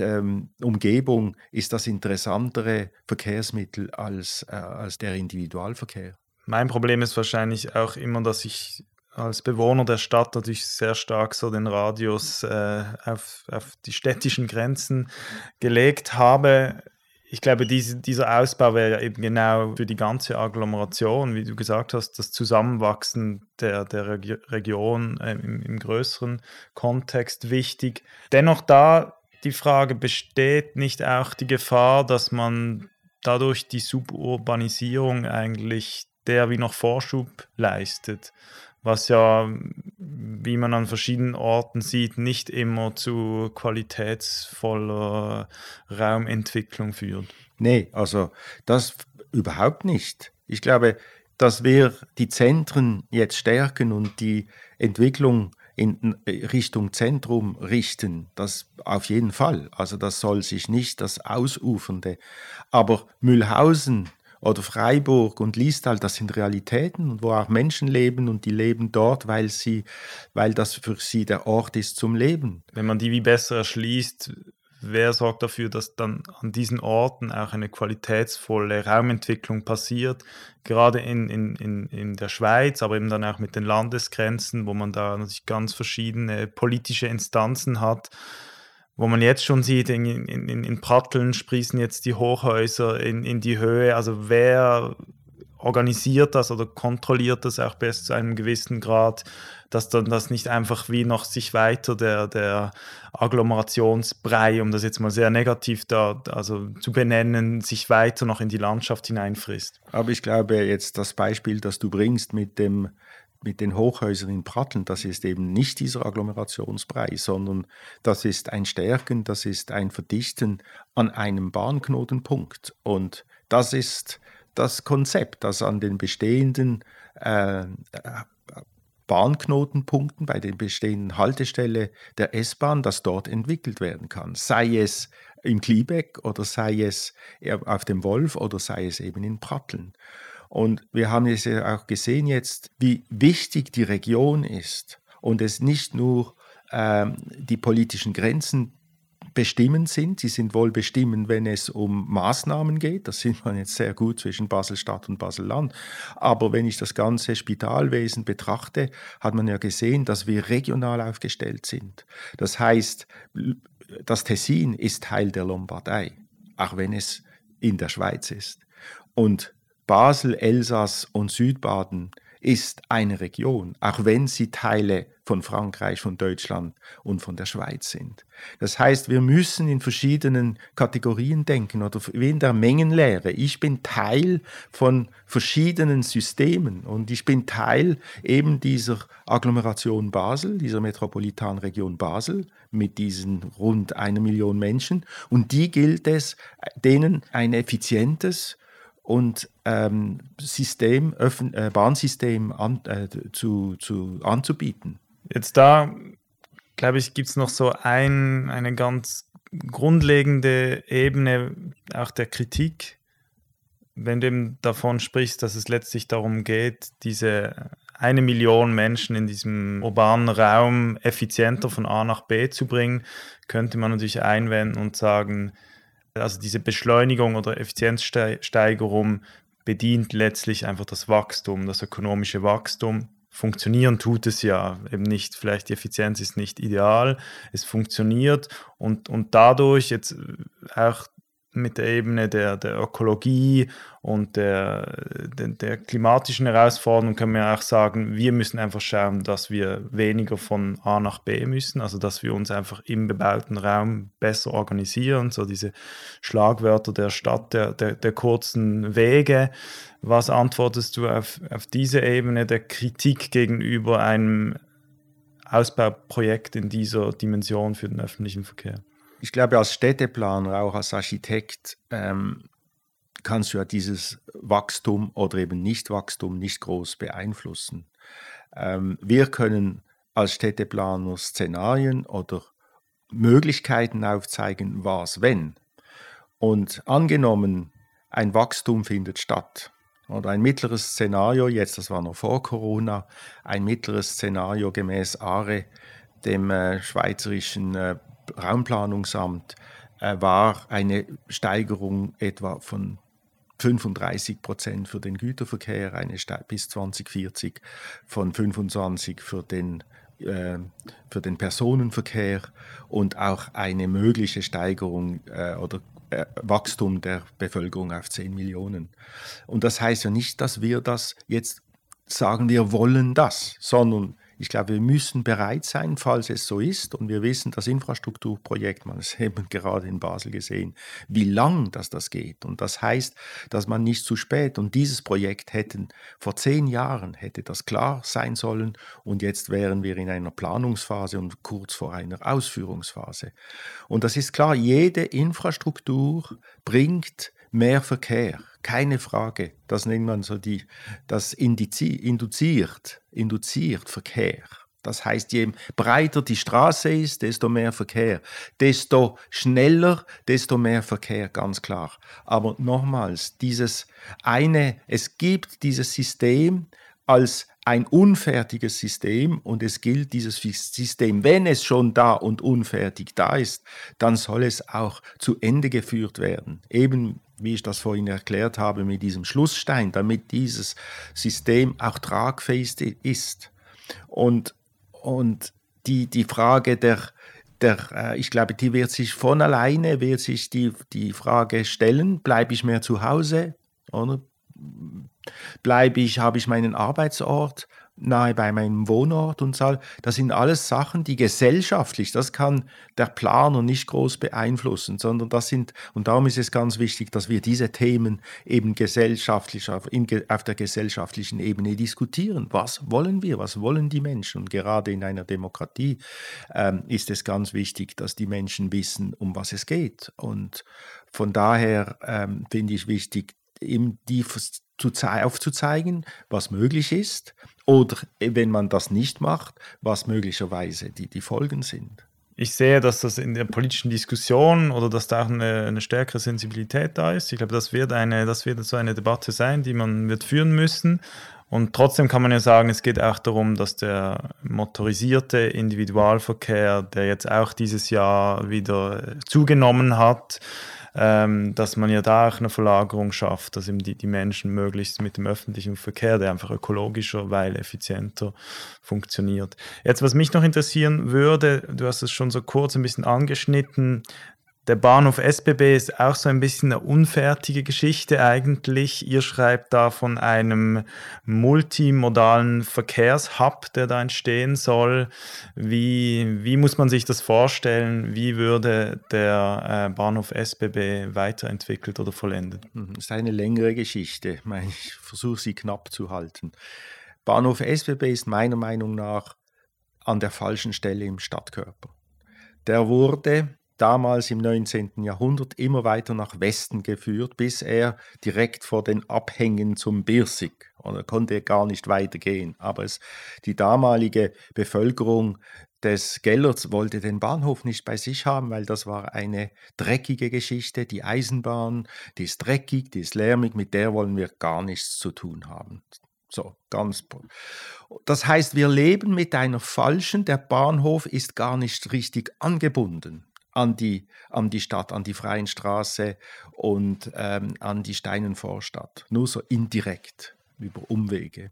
Umgebung ist das interessantere Verkehrsmittel als der Individualverkehr.
Mein Problem ist wahrscheinlich auch immer, dass ich als Bewohner der Stadt natürlich sehr stark so den Radius auf die städtischen Grenzen gelegt habe. Ich glaube, dieser Ausbau wäre ja eben genau für die ganze Agglomeration, wie du gesagt hast, das Zusammenwachsen der Region im größeren Kontext wichtig. Dennoch da die Frage, besteht nicht auch die Gefahr, dass man dadurch die Suburbanisierung eigentlich der wie noch Vorschub leistet, was ja, wie man an verschiedenen Orten sieht, nicht immer zu qualitätsvoller Raumentwicklung führt.
Nee, also das überhaupt nicht. Ich glaube, dass wir die Zentren jetzt stärken und die Entwicklung in Richtung Zentrum richten, das auf jeden Fall. Also das soll sich nicht das Ausufernde. Aber Mühlhausen oder Freiburg und Liestal, das sind Realitäten, wo auch Menschen leben, und die leben dort, weil das für sie der Ort ist zum Leben.
Wenn man die wie besser erschließt, wer sorgt dafür, dass dann an diesen Orten auch eine qualitätsvolle Raumentwicklung passiert, gerade in der Schweiz, aber eben dann auch mit den Landesgrenzen, wo man da natürlich ganz verschiedene politische Instanzen hat, wo man jetzt schon sieht, in Pratteln sprießen jetzt die Hochhäuser in die Höhe. Also wer organisiert das oder kontrolliert das auch bis zu einem gewissen Grad, dass dann das nicht einfach wie noch sich weiter der Agglomerationsbrei, um das jetzt mal sehr negativ zu benennen, sich weiter noch in die Landschaft hineinfrisst.
Aber ich glaube jetzt das Beispiel, das du bringst mit den Hochhäusern in Pratteln, das ist eben nicht dieser Agglomerationsbrei, sondern das ist ein Stärken, das ist ein Verdichten an einem Bahnknotenpunkt. Und das ist das Konzept, das an den bestehenden Bahnknotenpunkten, bei den bestehenden Haltestellen der S-Bahn, das dort entwickelt werden kann. Sei es in Kliebeck oder sei es auf dem Wolf oder sei es eben in Pratteln. Und wir haben es ja auch gesehen jetzt, wie wichtig die Region ist und es nicht nur die politischen Grenzen bestimmend sind. Sie sind wohl bestimmend, wenn es um Maßnahmen geht. Das sieht man jetzt sehr gut zwischen Basel-Stadt und Basel-Land. Aber wenn ich das ganze Spitalwesen betrachte, hat man ja gesehen, dass wir regional aufgestellt sind. Das heißt, das Tessin ist Teil der Lombardei, auch wenn es in der Schweiz ist. Und Basel, Elsass und Südbaden ist eine Region, auch wenn sie Teile von Frankreich, von Deutschland und von der Schweiz sind. Das heißt, wir müssen in verschiedenen Kategorien denken oder wie in der Mengenlehre. Ich bin Teil von verschiedenen Systemen und ich bin Teil eben dieser Agglomeration Basel, dieser Metropolitanregion Basel mit diesen rund 1 Million Menschen, und die gilt es, denen ein effizientes und Bahnsystem anzubieten.
Jetzt da, glaube ich, gibt es noch so eine ganz grundlegende Ebene auch der Kritik, wenn du eben davon sprichst, dass es letztlich darum geht, diese 1 Million Menschen in diesem urbanen Raum effizienter von A nach B zu bringen, könnte man natürlich einwenden und sagen, also diese Beschleunigung oder Effizienzsteigerung bedient letztlich einfach das Wachstum, das ökonomische Wachstum. Funktionieren tut es ja eben nicht, vielleicht die Effizienz ist nicht ideal, es funktioniert und dadurch jetzt auch mit der Ebene der Ökologie und der klimatischen Herausforderungen können wir auch sagen, wir müssen einfach schauen, dass wir weniger von A nach B müssen, also dass wir uns einfach im bebauten Raum besser organisieren, so diese Schlagwörter der Stadt, der kurzen Wege. Was antwortest du auf diese Ebene der Kritik gegenüber einem Ausbauprojekt in dieser Dimension für den öffentlichen Verkehr?
Ich glaube, als Städteplaner, auch als Architekt, kannst du ja dieses Wachstum oder eben Nicht-Wachstum nicht groß beeinflussen. Wir können als Städteplaner Szenarien oder Möglichkeiten aufzeigen, was wenn. Und angenommen, ein Wachstum findet statt. Oder ein mittleres Szenario, jetzt, das war noch vor Corona, ein mittleres Szenario gemäß ARE, dem schweizerischen Raumplanungsamt, war eine Steigerung etwa von 35% für den Güterverkehr, bis 2040 von 25% für den Personenverkehr und auch eine mögliche Steigerung oder Wachstum der Bevölkerung auf 10 Millionen. Und das heißt ja nicht, dass wir das jetzt sagen, wir wollen das, sondern ich glaube, wir müssen bereit sein, falls es so ist. Und wir wissen, das Infrastrukturprojekt, man hat es eben gerade in Basel gesehen, wie lang das geht. Und das heißt, dass man nicht zu spät, und dieses Projekt vor 10 Jahren hätte das klar sein sollen. Und jetzt wären wir in einer Planungsphase und kurz vor einer Ausführungsphase. Und das ist klar, jede Infrastruktur bringt mehr Verkehr, keine Frage. Das nennt man so das induziert Verkehr. Das heißt, je breiter die Straße ist, desto mehr Verkehr. Desto schneller, desto mehr Verkehr, ganz klar. Aber nochmals, es gibt dieses System als ein unfertiges System und es gilt dieses System, wenn es schon da und unfertig da ist, dann soll es auch zu Ende geführt werden. Eben wie ich das vorhin erklärt habe mit diesem Schlussstein, damit dieses System auch tragfähig ist. Und die Frage ich glaube, die wird sich von alleine, die Frage stellen, bleibe ich mehr zu Hause, oder? Habe ich meinen Arbeitsort nahe bei meinem Wohnort und so. Das sind alles Sachen, die gesellschaftlich, das kann der Planer nicht groß beeinflussen, sondern und darum ist es ganz wichtig, dass wir diese Themen eben gesellschaftlich, auf der gesellschaftlichen Ebene diskutieren. Was wollen wir? Was wollen die Menschen? Und gerade in einer Demokratie ist es ganz wichtig, dass die Menschen wissen, um was es geht. Und von daher finde ich wichtig, eben aufzuzeigen, was möglich ist, oder wenn man das nicht macht, was möglicherweise die Folgen sind.
Ich sehe, dass das in der politischen Diskussion oder dass da auch eine stärkere Sensibilität da ist. Ich glaube, das wird so eine Debatte sein, die man wird führen müssen. Und trotzdem kann man ja sagen, es geht auch darum, dass der motorisierte Individualverkehr, der jetzt auch dieses Jahr wieder zugenommen hat, dass man ja da auch eine Verlagerung schafft, dass eben die Menschen möglichst mit dem öffentlichen Verkehr, der einfach ökologischer, weil effizienter funktioniert. Jetzt, was mich noch interessieren würde, du hast es schon so kurz ein bisschen angeschnitten, der Bahnhof SBB ist auch so ein bisschen eine unfertige Geschichte eigentlich. Ihr schreibt da von einem multimodalen Verkehrshub, der da entstehen soll. Wie muss man sich das vorstellen? Wie würde der Bahnhof SBB weiterentwickelt oder vollendet?
Das ist eine längere Geschichte. Ich versuche sie knapp zu halten. Bahnhof SBB ist meiner Meinung nach an der falschen Stelle im Stadtkörper. Der wurde damals im 19. Jahrhundert immer weiter nach Westen geführt, bis er direkt vor den Abhängen zum Birsig, oder konnte gar nicht weitergehen. Aber die damalige Bevölkerung des Gellerts wollte den Bahnhof nicht bei sich haben, weil das war eine dreckige Geschichte. Die Eisenbahn, die ist dreckig, die ist lärmig, mit der wollen wir gar nichts zu tun haben. So, Das heißt, wir leben mit einer falschen, der Bahnhof ist gar nicht richtig angebunden an die Stadt, an die Freienstraße und an die Steinenvorstadt. Nur so indirekt, über Umwege.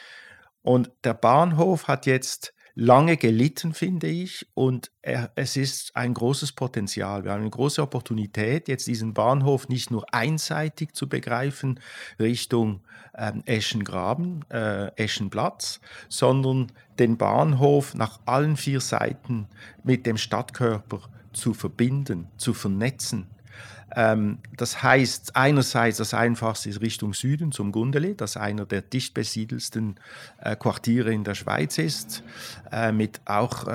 Und der Bahnhof hat jetzt lange gelitten, finde ich, und es ist ein großes Potenzial. Wir haben eine große Opportunität, jetzt diesen Bahnhof nicht nur einseitig zu begreifen Richtung Eschengraben, Eschenplatz, sondern den Bahnhof nach allen 4 Seiten mit dem Stadtkörper zu verbinden, zu vernetzen. Das heißt, einerseits das Einfachste ist Richtung Süden zum Gundeli, das einer der dicht besiedelsten Quartiere in der Schweiz ist, mit auch,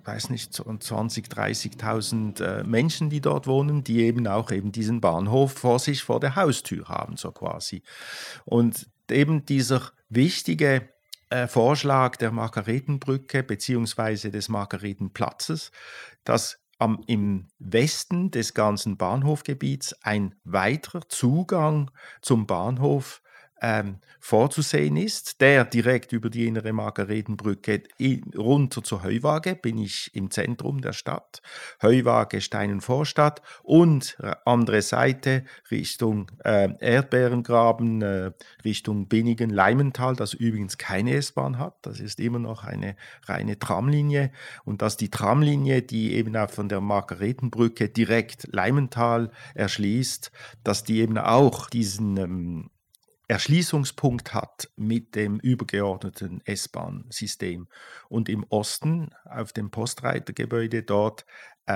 20.000, 30.000 Menschen, die dort wohnen, die eben diesen Bahnhof vor der Haustür haben, so quasi. Und eben dieser wichtige Vorschlag der Margaretenbrücke bzw. des Margaretenplatzes, dass im Westen des ganzen Bahnhofgebiets ein weiterer Zugang zum Bahnhof vorzusehen ist, der direkt über die innere Margaretenbrücke runter zur Heuwaage, bin ich im Zentrum der Stadt, Heuwaage, Steinenvorstadt und andere Seite Richtung Erdbeerengraben, Richtung Binnigen, Leimental, das übrigens keine S-Bahn hat, das ist immer noch eine reine Tramlinie und dass die Tramlinie, die eben auch von der Margaretenbrücke direkt Leimental erschließt, dass die eben auch diesen Erschließungspunkt hat mit dem übergeordneten S-Bahn-System und im Osten auf dem Postreitergebäude dort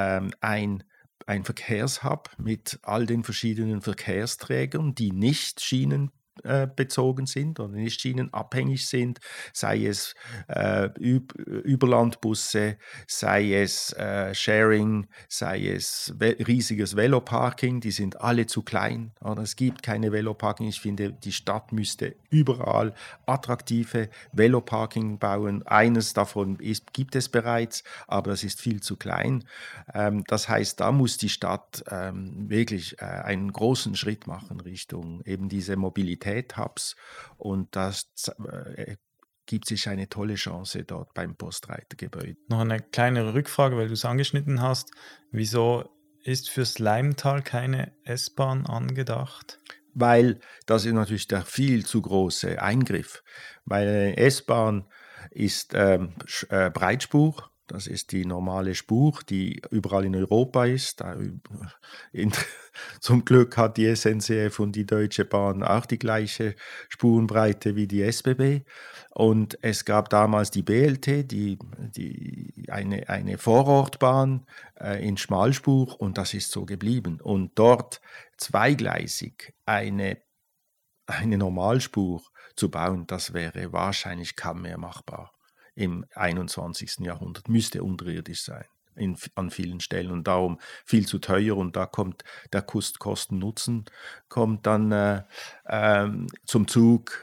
ein Verkehrshub mit all den verschiedenen Verkehrsträgern, die nicht schienenbezogen sind oder nicht schienenabhängig sind, sei es Überlandbusse, sei es Sharing, sei es riesiges Veloparking, die sind alle zu klein. Oder? Es gibt keine Veloparking. Ich finde, die Stadt müsste überall attraktive Veloparking bauen. Eines davon gibt es bereits, aber das ist viel zu klein. Das heißt, da muss die Stadt wirklich einen großen Schritt machen Richtung eben diese Mobilität-Hubs und das gibt sich eine tolle Chance dort beim Postreitergebäude.
Noch eine kleine Rückfrage, weil du es angeschnitten hast. Wieso ist fürs Leimental keine S-Bahn angedacht?
Weil das ist natürlich der viel zu große Eingriff. Weil eine S-Bahn ist Breitspur. Das ist die normale Spur, die überall in Europa ist. Zum Glück hat die SNCF und die Deutsche Bahn auch die gleiche Spurenbreite wie die SBB. Und es gab damals die BLT, eine Vorortbahn in Schmalspur und das ist so geblieben. Und dort zweigleisig eine Normalspur zu bauen, das wäre wahrscheinlich kaum mehr machbar. Im 21. Jahrhundert müsste unterirdisch sein an vielen Stellen und darum viel zu teuer und da kommt der Kosten-Nutzen kommt dann zum Zug.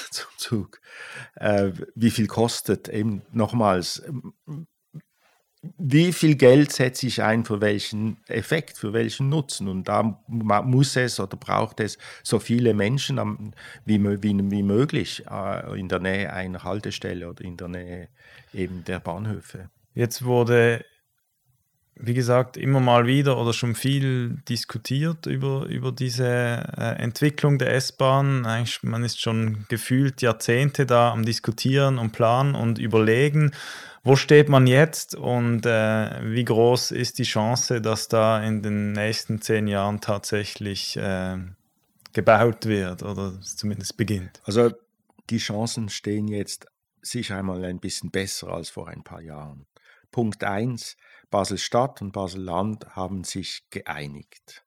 Wie viel kostet eben nochmals wie viel Geld setze ich ein für welchen Effekt, für welchen Nutzen? Und da muss es oder braucht es so viele Menschen wie möglich in der Nähe einer Haltestelle oder in der Nähe eben der Bahnhöfe.
Jetzt wurde, wie gesagt, immer mal wieder oder schon viel diskutiert über diese Entwicklung der S-Bahn. Eigentlich, man ist schon gefühlt Jahrzehnte da am Diskutieren und Planen und Überlegen, wo steht man jetzt und wie groß ist die Chance, dass da in den nächsten 10 Jahren tatsächlich gebaut wird oder zumindest beginnt?
Also die Chancen stehen jetzt sicher einmal ein bisschen besser als vor ein paar Jahren. Punkt 1, Basel-Stadt und Basel-Land haben sich geeinigt,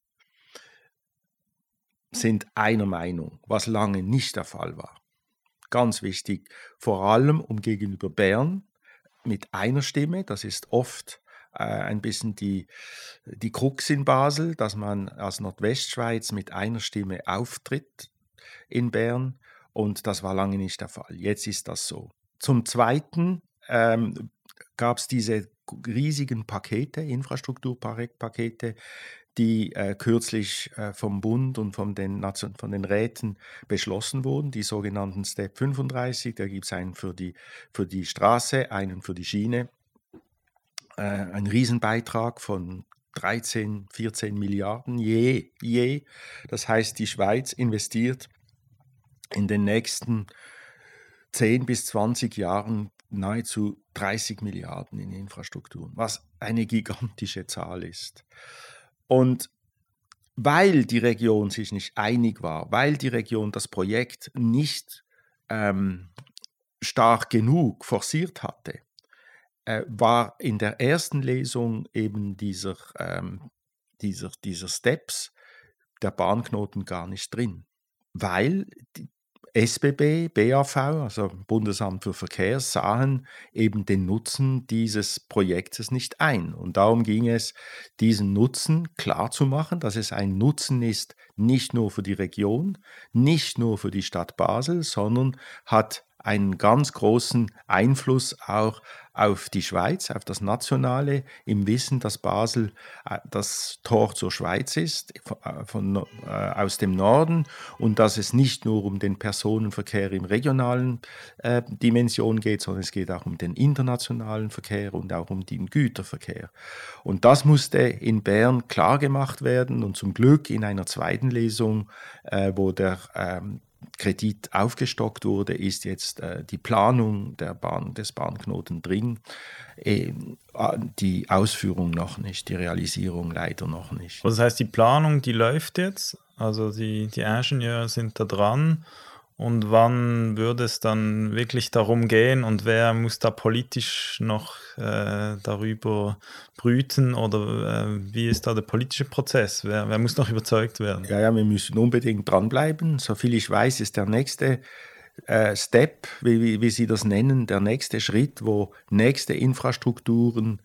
sind einer Meinung, was lange nicht der Fall war. Ganz wichtig, vor allem um gegenüber Bern mit einer Stimme, das ist oft ein bisschen die Krux in Basel, dass man als Nordwestschweiz mit einer Stimme auftritt in Bern und das war lange nicht der Fall. Jetzt ist das so. Zum Zweiten gab es diese riesigen Pakete, Infrastrukturpakete, die kürzlich vom Bund und von den Räten beschlossen wurden, die sogenannten Step 35. Da gibt es einen für die Straße, einen für die Schiene. Ein Riesenbeitrag von 13, 14 Milliarden je. Das heißt, die Schweiz investiert in den nächsten 10 bis 20 Jahren nahezu 30 Milliarden in Infrastruktur, was eine gigantische Zahl ist. Und weil die Region sich nicht einig war, weil die Region das Projekt nicht stark genug forciert hatte, war in der ersten Lesung eben dieser Steps, der Bahnknoten gar nicht drin, weil die SBB, BAV, also Bundesamt für Verkehr, sahen eben den Nutzen dieses Projektes nicht ein. Und darum ging es, diesen Nutzen klarzumachen, dass es ein Nutzen ist, nicht nur für die Region, nicht nur für die Stadt Basel, sondern hat einen ganz großen Einfluss auch auf die Schweiz, auf das Nationale, im Wissen, dass Basel das Tor zur Schweiz ist, aus dem Norden, und dass es nicht nur um den Personenverkehr im regionalen Dimension geht, sondern es geht auch um den internationalen Verkehr und auch um den Güterverkehr. Und das musste in Bern klar gemacht werden und zum Glück in einer zweiten Lesung, wo der Kredit aufgestockt wurde, ist jetzt die Planung des Bahnknoten drin, die Ausführung noch nicht, die Realisierung leider noch nicht.
Also das heißt, die Planung, die läuft jetzt, also die Ingenieure sind da dran. Und wann würde es dann wirklich darum gehen und wer muss da politisch noch darüber brüten oder wie ist da der politische Prozess? Wer muss noch überzeugt werden?
Ja, wir müssen unbedingt dranbleiben. Soviel ich weiß, ist der nächste Step, wie Sie das nennen, der nächste Schritt, wo nächste Infrastrukturen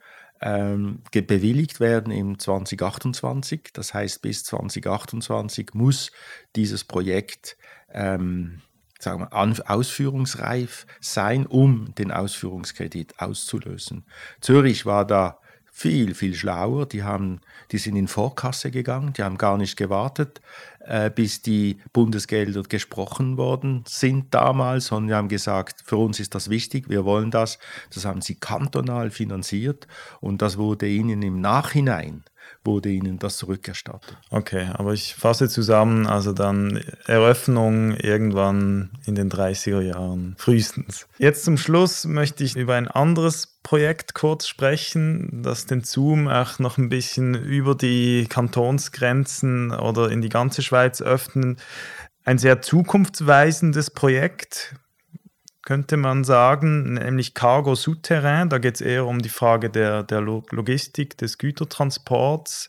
bewilligt werden im 2028. Das heißt, bis 2028 muss dieses Projekt sagen wir, ausführungsreif sein, um den Ausführungskredit auszulösen. Zürich war da viel, viel schlauer. Die sind in Vorkasse gegangen, die haben gar nicht gewartet, bis die Bundesgelder gesprochen worden sind damals, sondern die haben gesagt, für uns ist das wichtig, wir wollen das. Das haben sie kantonal finanziert und das wurde ihnen im Nachhinein das zurückerstattet.
Okay, aber ich fasse zusammen, also dann Eröffnung irgendwann in den 30er Jahren, frühestens. Jetzt zum Schluss möchte ich über ein anderes Projekt kurz sprechen, das den Zoom auch noch ein bisschen über die Kantonsgrenzen oder in die ganze Schweiz öffnen. Ein sehr zukunftsweisendes Projekt, könnte man sagen, nämlich Cargo Souterrain. Da geht es eher um die Frage der Logistik, des Gütertransports,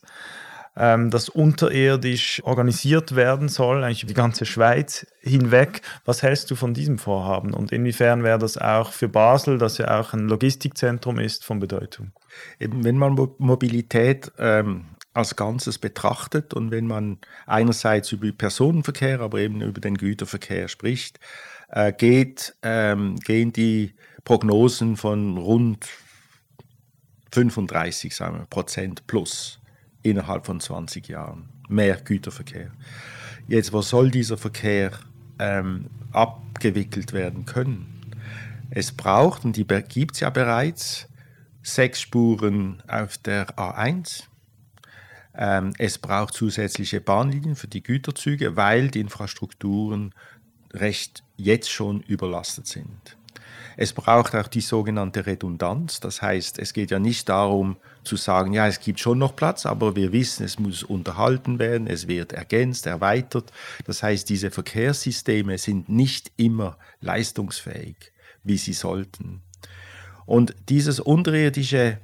das unterirdisch organisiert werden soll, eigentlich über die ganze Schweiz hinweg. Was hältst du von diesem Vorhaben und inwiefern wäre das auch für Basel, das ja auch ein Logistikzentrum ist, von Bedeutung?
Eben, wenn man Mobilität als Ganzes betrachtet und wenn man einerseits über Personenverkehr, aber eben über den Güterverkehr spricht, gehen die Prognosen von rund 35 sagen wir, Prozent plus innerhalb von 20 Jahren. Mehr Güterverkehr. Jetzt, wo soll dieser Verkehr abgewickelt werden können? Es braucht, und die gibt es ja bereits, 6 Spuren auf der A1. Es braucht zusätzliche Bahnlinien für die Güterzüge, weil die Infrastrukturen recht jetzt schon überlastet sind. Es braucht auch die sogenannte Redundanz. Das heißt, es geht ja nicht darum zu sagen, ja, es gibt schon noch Platz, aber wir wissen, es muss unterhalten werden, es wird ergänzt, erweitert. Das heißt, diese Verkehrssysteme sind nicht immer leistungsfähig, wie sie sollten. Und diese unterirdische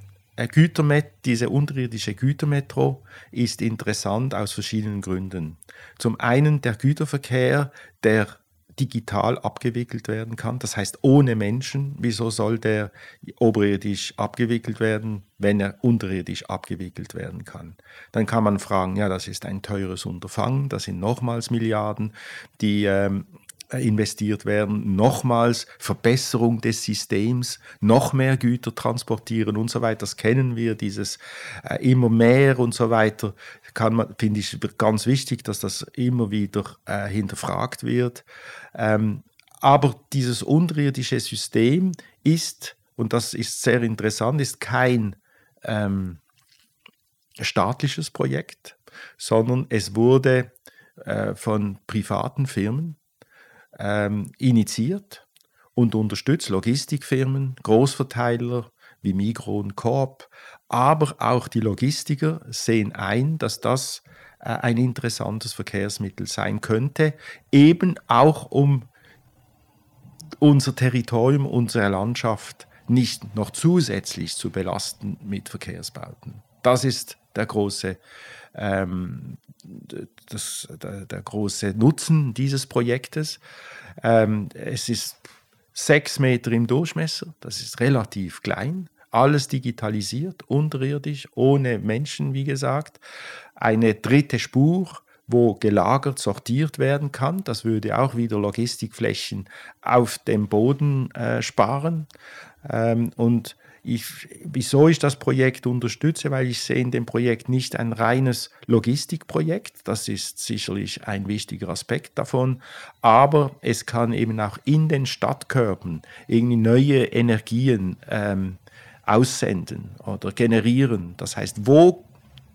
Gütermetro ist interessant aus verschiedenen Gründen. Zum einen der Güterverkehr, der digital abgewickelt werden kann, das heißt ohne Menschen. Wieso soll der oberirdisch abgewickelt werden, wenn er unterirdisch abgewickelt werden kann? Dann kann man fragen, ja, das ist ein teures Unterfangen, das sind nochmals Milliarden, die investiert werden, nochmals Verbesserung des Systems, noch mehr Güter transportieren und so weiter. Das kennen wir, dieses immer mehr und so weiter. Finde ich ganz wichtig, dass das immer wieder hinterfragt wird. Aber dieses unterirdische System ist, und das ist sehr interessant, ist kein staatliches Projekt, sondern es wurde von privaten Firmen initiiert und unterstützt, Logistikfirmen, Großverteiler wie Migros und Coop, aber auch die Logistiker sehen ein, dass das ein interessantes Verkehrsmittel sein könnte, eben auch um unser Territorium, unsere Landschaft nicht noch zusätzlich zu belasten mit Verkehrsbauten. Das ist der große Nutzen dieses Projektes. Es ist 6 Meter im Durchmesser, das ist relativ klein, alles digitalisiert, unterirdisch, ohne Menschen, wie gesagt. Eine dritte Spur, wo gelagert, sortiert werden kann. Das würde auch wieder Logistikflächen auf dem Boden sparen. Und wieso ich das Projekt unterstütze? Weil ich sehe in dem Projekt nicht ein reines Logistikprojekt, das ist sicherlich ein wichtiger Aspekt davon, aber es kann eben auch in den Stadtkörpern irgendwie neue Energien aussenden oder generieren. Das heißt, wo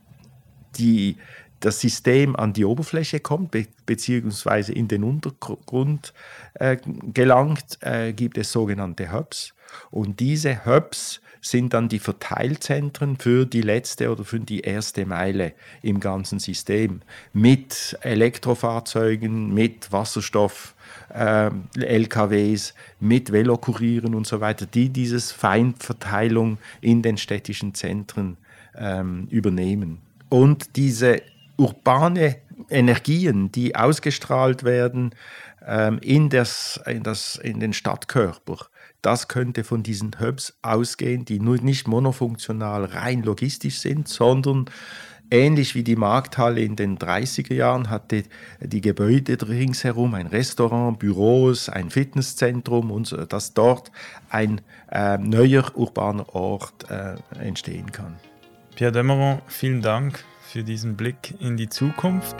das System an die Oberfläche kommt, beziehungsweise in den Untergrund gelangt, gibt es sogenannte Hubs. Und diese Hubs sind dann die Verteilzentren für die letzte oder für die erste Meile im ganzen System. Mit Elektrofahrzeugen, mit Wasserstoff, LKWs, mit Velokurieren und so weiter, die diese Feinverteilung in den städtischen Zentren übernehmen. Und diese urbane Energien, die ausgestrahlt werden in den Stadtkörper, das könnte von diesen Hubs ausgehen, die nur nicht monofunktional rein logistisch sind, sondern ähnlich wie die Markthalle in den 30er Jahren hatte die Gebäude ringsherum, ein Restaurant, Büros, ein Fitnesszentrum und so, dass dort ein neuer urbaner Ort entstehen kann.
Pierre de Meuron, vielen Dank für diesen Blick in die Zukunft.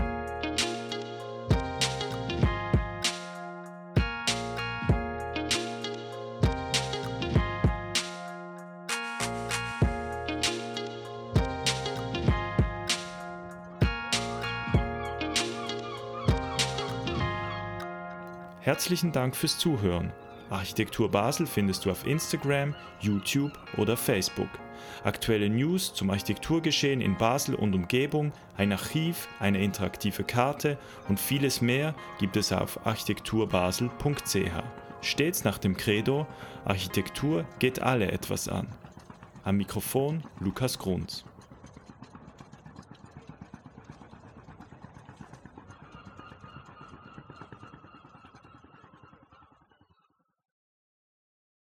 Herzlichen Dank fürs Zuhören. Architektur Basel findest du auf Instagram, YouTube oder Facebook. Aktuelle News zum Architekturgeschehen in Basel und Umgebung, ein Archiv, eine interaktive Karte und vieles mehr gibt es auf architekturbasel.ch. Stets nach dem Credo: Architektur geht alle etwas an. Am Mikrofon Lukas Grunz.